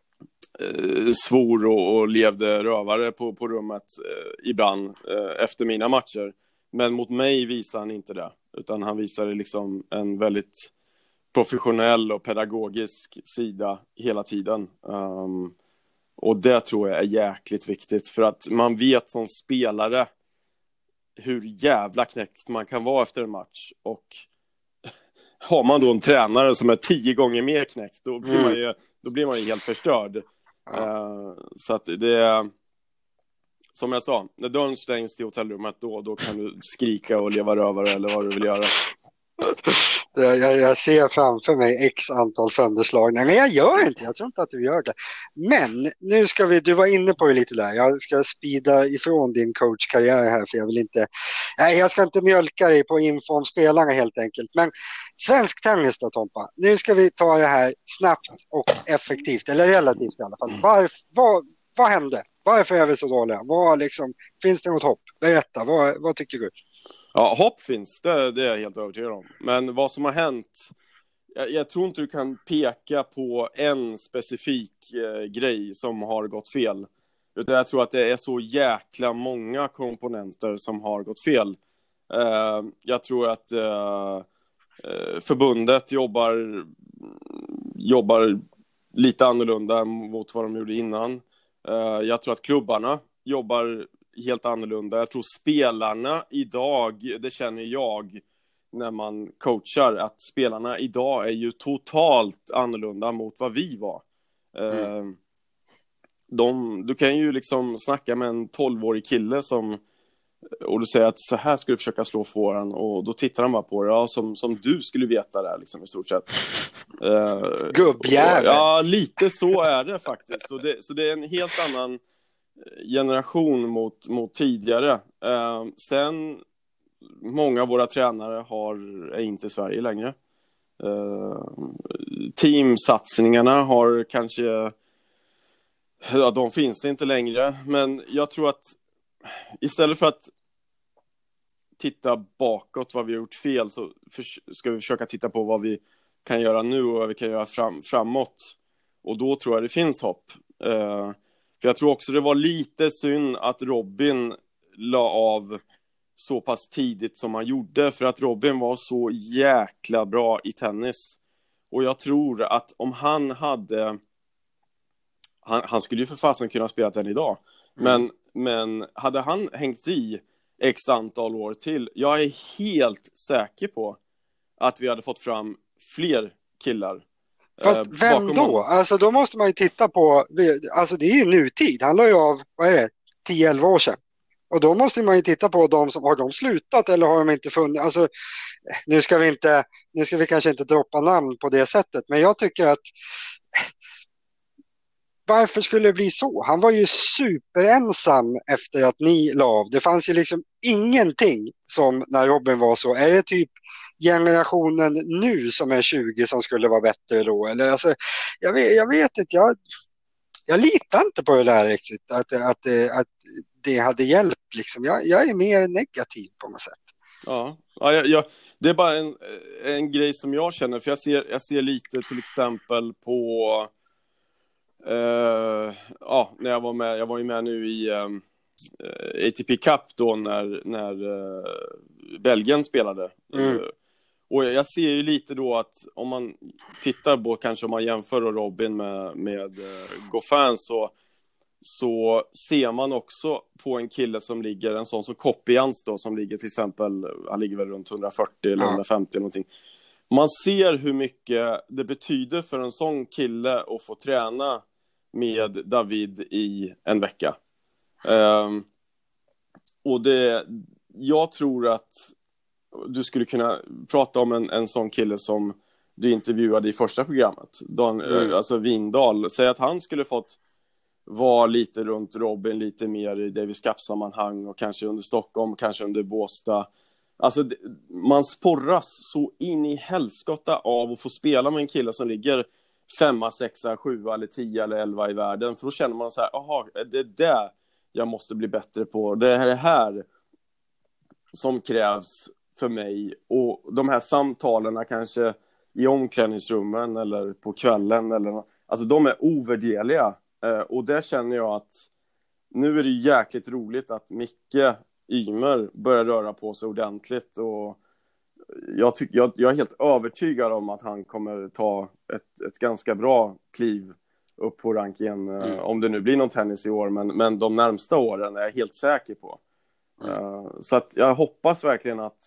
uh, svor och, och levde rövare på, på rummet uh, ibland uh, efter mina matcher. Men mot mig visar han inte det. Utan han visar liksom en väldigt professionell och pedagogisk sida hela tiden. Um, och det tror jag är jäkligt viktigt. För att man vet som spelare hur jävla knäckt man kan vara efter en match. Och har man då en tränare som är tio gånger mer knäckt, då blir, mm. man, ju, då blir man ju helt förstörd. Ja. Uh, så att det är... Som jag sa, när dörren stängs till hotellrummet, då, då kan du skrika och leva rövare eller vad du vill göra. Jag, jag ser framför mig x antal sönderslagningar. Men jag gör inte, jag tror inte att du gör det. Men nu ska vi, du var inne på det lite där. Jag ska speeda ifrån din coachkarriär här, för jag vill inte, nej, jag ska inte mjölka dig på info om spelarna helt enkelt. Men svensk tennis då, Tompa. Nu ska vi ta det här snabbt och effektivt, eller relativt i alla fall. Var, vad, vad hände? Varför är vi så dåliga? Vad liksom, finns det något hopp? Berätta, vad, vad tycker du? Ja, hopp finns, det, det är jag helt övertygad om. Men vad som har hänt, jag, jag tror inte du kan peka på en specifik eh, grej som har gått fel. Utan jag tror att det är så jäkla många komponenter som har gått fel. Eh, jag tror att eh, förbundet jobbar, jobbar lite annorlunda mot vad de gjorde innan. Eh, jag tror att klubbarna jobbar helt annorlunda. Jag tror spelarna idag, det känner jag när man coachar, att spelarna idag är ju totalt annorlunda mot vad vi var. Mm. De, du kan ju liksom snacka med en tolvårig kille som, och du säger att så här ska du försöka slå forehand, och då tittar han bara på det, ja, som, som du skulle veta det liksom, i stort sett. Uh, Gubbjävel. Ja, lite så är det faktiskt. Och det, så det är en helt annan generation mot, mot tidigare. Uh, sen många av våra tränare har, är inte i Sverige längre. Uh, teamsatsningarna har kanske, ja, de finns inte längre. Men jag tror att istället för att titta bakåt vad vi har gjort fel, så för, ska vi försöka titta på vad vi kan göra nu och vad vi kan göra fram, framåt. Och då tror jag det finns hopp. Uh, för jag tror också det var lite synd att Robin la av så pass tidigt som han gjorde, för att Robin var så jäkla bra i tennis. Och jag tror att om han hade... Han, han skulle ju för fasen kunna spela den idag. Mm. Men, men hade han hängt i x antal år till, jag är helt säker på att vi hade fått fram fler killar. Fast eh, vem då? Honom. Alltså då måste man ju titta på, alltså det är ju nutid. Han la ju av, vad är det, tio elva år sedan. Och då måste man ju titta på de som, har de slutat eller har de inte funnits? Alltså nu ska vi inte, nu ska vi kanske inte droppa namn på det sättet, men jag tycker att varför skulle det bli så? Han var ju superensam efter att ni la av. Det fanns ju liksom ingenting som när Robin var så. Är det typ generationen nu som är tjugo som skulle vara bättre då? Eller alltså, jag vet, jag vet inte. Jag, jag litar inte på det där riktigt. Att, att, att det hade hjälpt. Liksom. Jag, jag är mer negativ på något sätt. Ja, ja jag, jag, det är bara en, en grej som jag känner. För jag ser, jag ser lite till exempel på... Uh, ja, när jag var med, jag var ju med nu i um, uh, A T P Cup då när, när uh, Belgien spelade. Mm. Uh, och jag ser ju lite då att om man tittar på, kanske om man jämför då Robin med, med uh, Goffin, så, så ser man också på en kille som ligger, en sån som Kopians då, som ligger till exempel, han ligger väl runt hundrafyrtio eller hundrafemtio eller någonting. Man ser hur mycket det betyder för en sån kille att få träna med David i en vecka. Um, och det, jag tror att du skulle kunna prata om en, en sån kille som du intervjuade i första programmet. Dan, mm. Alltså Windahl. Säg att han skulle fått vara lite runt Robin, lite mer i Davis Cup-sammanhang och kanske under Stockholm, kanske under Båstad. Alltså man sporras så in i helskotta av att få spela med en kille som ligger femma, sexa, sjua eller tio eller elva i världen. För då känner man så här, aha, det är det jag måste bli bättre på. Det är det här som krävs för mig. Och de här samtalen kanske i omklädningsrummen eller på kvällen, eller, alltså de är ovärderliga. Och där känner jag att nu är det jäkligt roligt att Micke Ymer börjar röra på sig ordentligt, och jag, tyck, jag, jag är helt övertygad om att han kommer ta ett, ett ganska bra kliv upp på rankingen, mm. om det nu blir någon tennis i år, men, men de närmsta åren är jag helt säker på. Mm. Uh, så att jag hoppas verkligen att,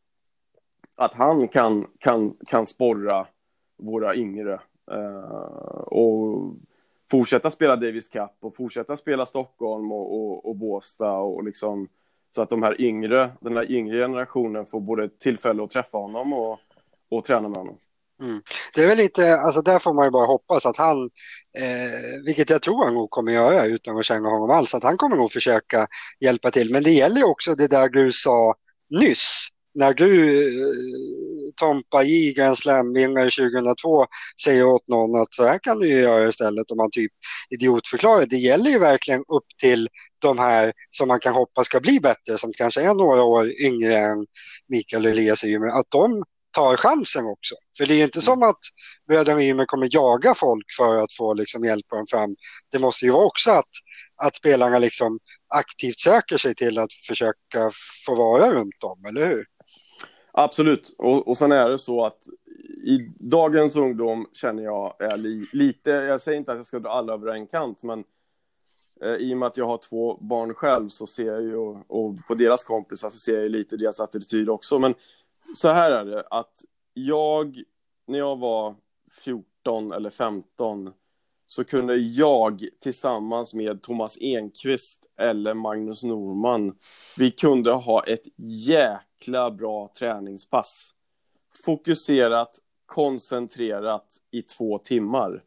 att han kan, kan, kan sporra våra yngre uh, och fortsätta spela Davis Cup och fortsätta spela Stockholm och, och, och Båstad och liksom, så att de här yngre, den här yngre generationen får både tillfälle att träffa honom och, och träna med honom. Mm. Det är väl lite, alltså där får man ju bara hoppas att han, eh, vilket jag tror han nog kommer göra utan att känna honom alls, att han kommer nog försöka hjälpa till. Men det gäller ju också det där du sa nyss. När du, eh, Tompa J, Grand Slam-vinnare tjugohundratvå, säger åt någon att så här kan du göra istället, om man typ idiotförklarar. Det gäller ju verkligen upp till de här som man kan hoppas ska bli bättre, som kanske är några år yngre än Mikael Elias Ymer, att de tar chansen också. För det är inte som att bröderna Ymer kommer jaga folk för att få liksom hjälpa dem fram. Det måste ju vara också att, att spelarna liksom aktivt söker sig till att försöka få vara runt dem, eller hur? Absolut, och, och sen är det så att i dagens ungdom känner jag är li, lite, jag säger inte att jag ska dra alla över en kant, men eh, i och med att jag har två barn själv så ser jag ju, och, och på deras kompisar så ser jag lite deras attityd också. Men så här är det, att jag, när jag var fjorton eller femton, så kunde jag tillsammans med Thomas Enqvist eller Magnus Norman, vi kunde ha ett jäkla bra träningspass. Fokuserat, koncentrerat i två timmar.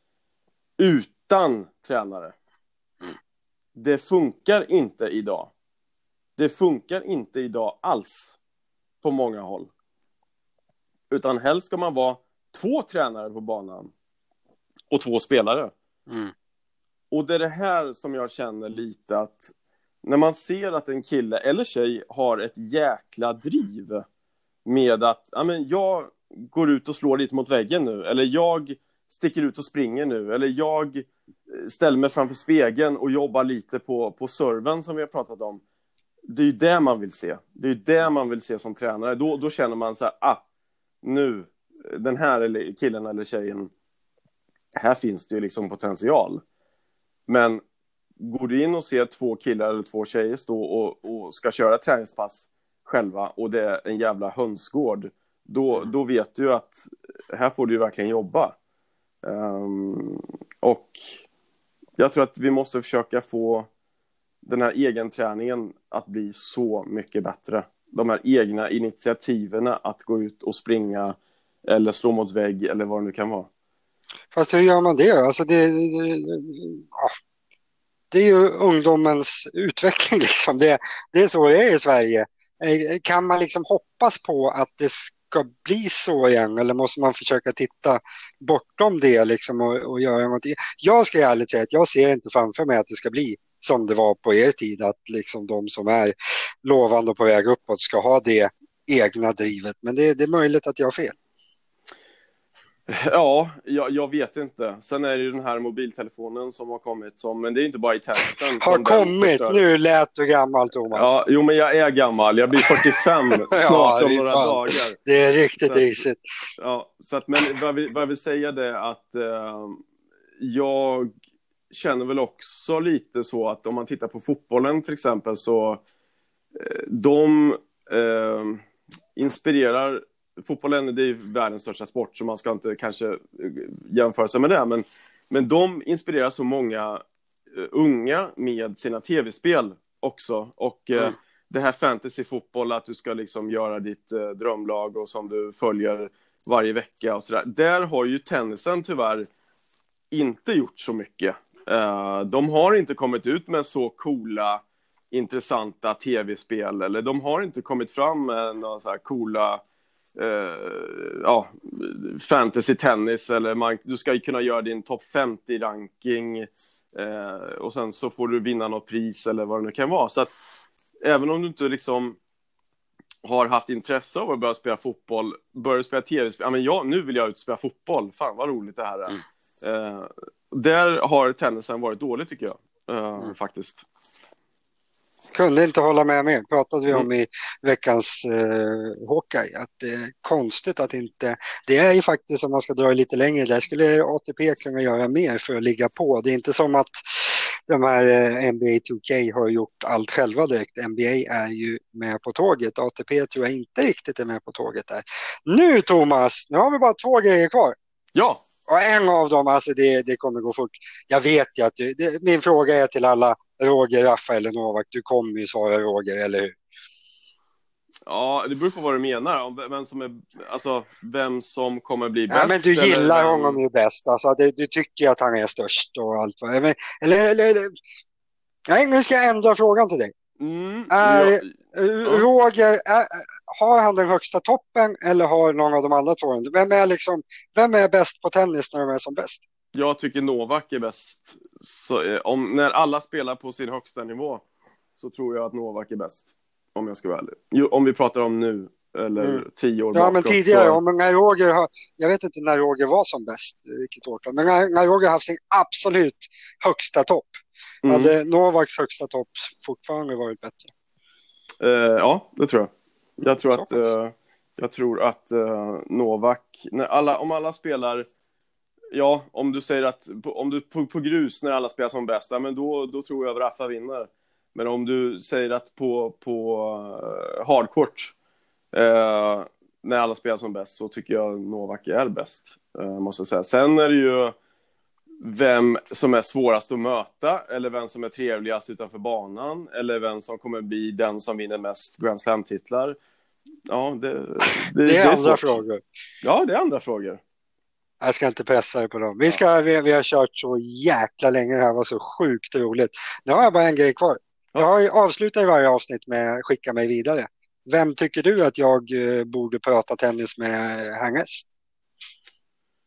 Utan tränare. Det funkar inte idag. Det funkar inte idag alls på många håll. Utan helst ska man vara två tränare på banan och två spelare. Mm. Och det är det här som jag känner lite att när man ser att en kille eller tjej har ett jäkla driv med att ja, men jag går ut och slår lite mot väggen nu, eller jag sticker ut och springer nu, eller jag ställer mig framför spegeln och jobbar lite på, på serven som vi har pratat om. Det är ju det man vill se. Det är ju det man vill se som tränare. Då, då känner man så här, ah, nu, den här eller killen eller tjejen, här finns det ju liksom potential. Men går du in och ser två killar eller två tjejer stå och, och ska köra träningspass själva och det är en jävla hönsgård, då, då vet du att här får du ju verkligen jobba. Um, och jag tror att vi måste försöka få den här egenträningen att bli så mycket bättre. De här egna initiativen att gå ut och springa eller slå mot vägg eller vad det nu kan vara. Fast hur gör man det? Alltså det, det, ja, det är ju ungdomens utveckling liksom. Det, det är så det är i Sverige. Kan man liksom hoppas på att det ska bli så igen, eller måste man försöka titta bortom det liksom och, och göra något? Jag ska ärligt säga att jag ser inte framför mig att det ska bli som det var på er tid, att liksom de som är lovande och på väg uppåt ska ha det egna drivet. Men det, det är möjligt att jag har fel. Ja, jag, jag vet inte. Sen är det ju den här mobiltelefonen som har kommit som, men det är inte bara i tennisen. Har kommit, nu lät du gammal, Thomas. Ja, jo men jag är gammal. Jag blir fyrtiofem snart ja, om några fan. dagar. Det är riktigt risigt. Ja, så att, men vad jag, vill, vad jag vill säga det är att eh, jag känner väl också lite så att om man tittar på fotbollen till exempel, så eh, de eh, inspirerar. Fotbollen, det är ju världens största sport, så man ska inte kanske jämföra sig med det, men, men de inspirerar så många uh, unga med sina tv-spel också, och uh, mm. det här fantasy-fotboll, att du ska liksom göra ditt uh, drömlag och som du följer varje vecka och sådär. Där har ju tennisen tyvärr inte gjort så mycket. Uh, de har inte kommit ut med så coola, intressanta tv-spel, eller de har inte kommit fram med några så här coola Uh, ja, fantasy tennis, eller man, du ska ju kunna göra din topp femtio ranking uh, och sen så får du vinna något pris eller vad det nu kan vara. Så att även om du inte liksom har haft intresse av att börja spela fotboll, börja spela tv-spel, ja, men jag, nu vill jag ut och spela fotboll, fan vad roligt det här är. Mm. Uh, där har tennisen varit dålig tycker jag, uh, mm. faktiskt. Kunde inte hålla med mer. Pratade vi om i veckans eh, Hawkeye, att det är konstigt att inte, det är ju faktiskt, om man ska dra lite längre, där skulle A T P kunna göra mer för att ligga på. Det är inte som att de här eh, N B A two K har gjort allt själva direkt. N B A är ju med på tåget. A T P tror jag inte riktigt är med på tåget där. Nu Thomas, nu har vi bara två grejer kvar. Ja. Och en av dem, alltså det, det kommer gå fort. Jag vet ju att du, det, min fråga är till alla, Roger, Rafael eller Novak. Du kommer ju svara Roger, eller hur? Ja, det beror på vad du menar. Om vem som är, alltså, vem som kommer bli bäst. Ja, men du gillar vem... honom ju bäst. Alltså, det, du tycker att han är störst och allt. Eller, eller, eller, nej, nu ska jag ändra frågan till dig. Mm, är, ja, ja. Roger, är, har han den högsta toppen eller har någon av de andra två? Vem är, liksom, vem är bäst på tennis när de är som bäst? Jag tycker Novak är bäst. Så, om, när alla spelar på sin högsta nivå, så tror jag att Novak är bäst. Om jag ska vara ärlig. Jo, om vi pratar om nu, eller mm. tio år ja, bakåt. Men tidigare, så... om när Roger har, jag vet inte när Roger var som bäst, vilket år, men när, när Roger har haft sin absolut högsta topp, mm. hade Novaks högsta topp fortfarande varit bättre? Uh, ja, det tror jag. Jag tror så att, uh, jag tror att uh, Novak, när alla, om alla spelar, ja, om du säger att om du på, på grus när alla spelar som bästa, men då, då tror jag att Rafa vinner. Men om du säger att på, på uh, hardcourt uh, när alla spelar som bäst, så tycker jag Novak är bäst, uh, måste jag säga. Sen är det ju vem som är svårast att möta, eller vem som är trevligast utanför banan, eller vem som kommer bli den som vinner mest Grand Slam-titlar. Ja, det, det, det är, det är andra svårt. frågor. Ja, det är andra frågor. Jag ska inte pressa dig på dem. Vi, ska, vi, vi har kört så jäkla länge här, det var så sjukt roligt. Nu har jag bara en grej kvar. Jag har avslutat i varje avsnitt med att skicka mig vidare. Vem tycker du att jag borde prata tennis med härnäst?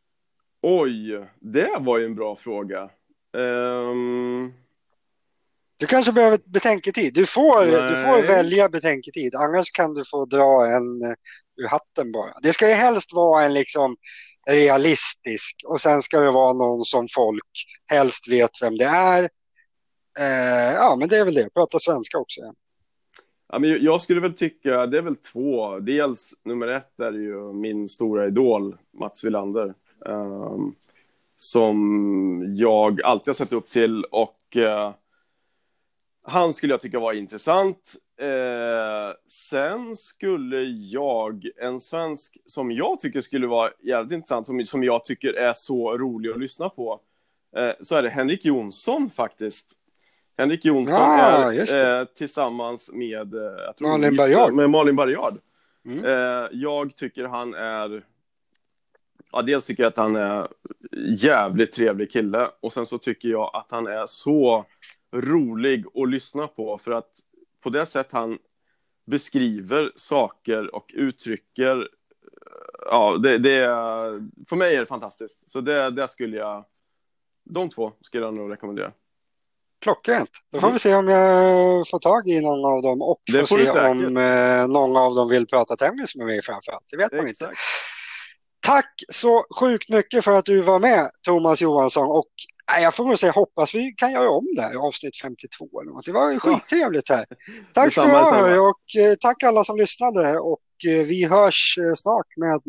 Oj, det var ju en bra fråga. Um, Du kanske behöver betänketid. Du får, du får Nej. välja betänketid. Annars kan du få dra en eh, ur hatten bara. Det ska ju helst vara en liksom realistisk. Och sen ska det vara någon som folk helst vet vem det är. Eh, ja, men det är väl det. Prata svenska också. Ja. Ja, men jag skulle väl tycka, det är väl två. Dels nummer ett är ju min stora idol, Mats Wilander. Um, som jag alltid har sett upp till. Och uh, han skulle jag tycka var intressant. Uh, sen skulle jag, en svensk som jag tycker skulle vara jävligt intressant, som, som jag tycker är så rolig att lyssna på, uh, så är det Henrik Jonsson faktiskt. Henrik Jonsson Ja, är eh, tillsammans med, eh, jag tror Malin Baryard. med Malin Baryard. Mm. Eh, jag tycker han är, ja, dels tycker jag att han är jävligt trevlig kille, och sen så tycker jag att han är så rolig att lyssna på, för att på det sätt han beskriver saker och uttrycker, ja, det, det är, för mig är det fantastiskt. Så det, det skulle jag, de två skulle jag nog rekommendera. Klockrent. Då får vi se om jag får tag i någon av dem och Det får får se du om eh, någon av dem vill prata tennis med mig framförallt. Det vet man Exakt. inte. Tack så sjukt mycket för att du var med, Thomas Johansson. Och nej, jag får nog säga, hoppas vi kan göra om det här i avsnitt femtiotvå eller något. Det var ju skittrevligt här. Tack ska du ha, och eh, tack alla som lyssnade, och eh, vi hörs eh, snart med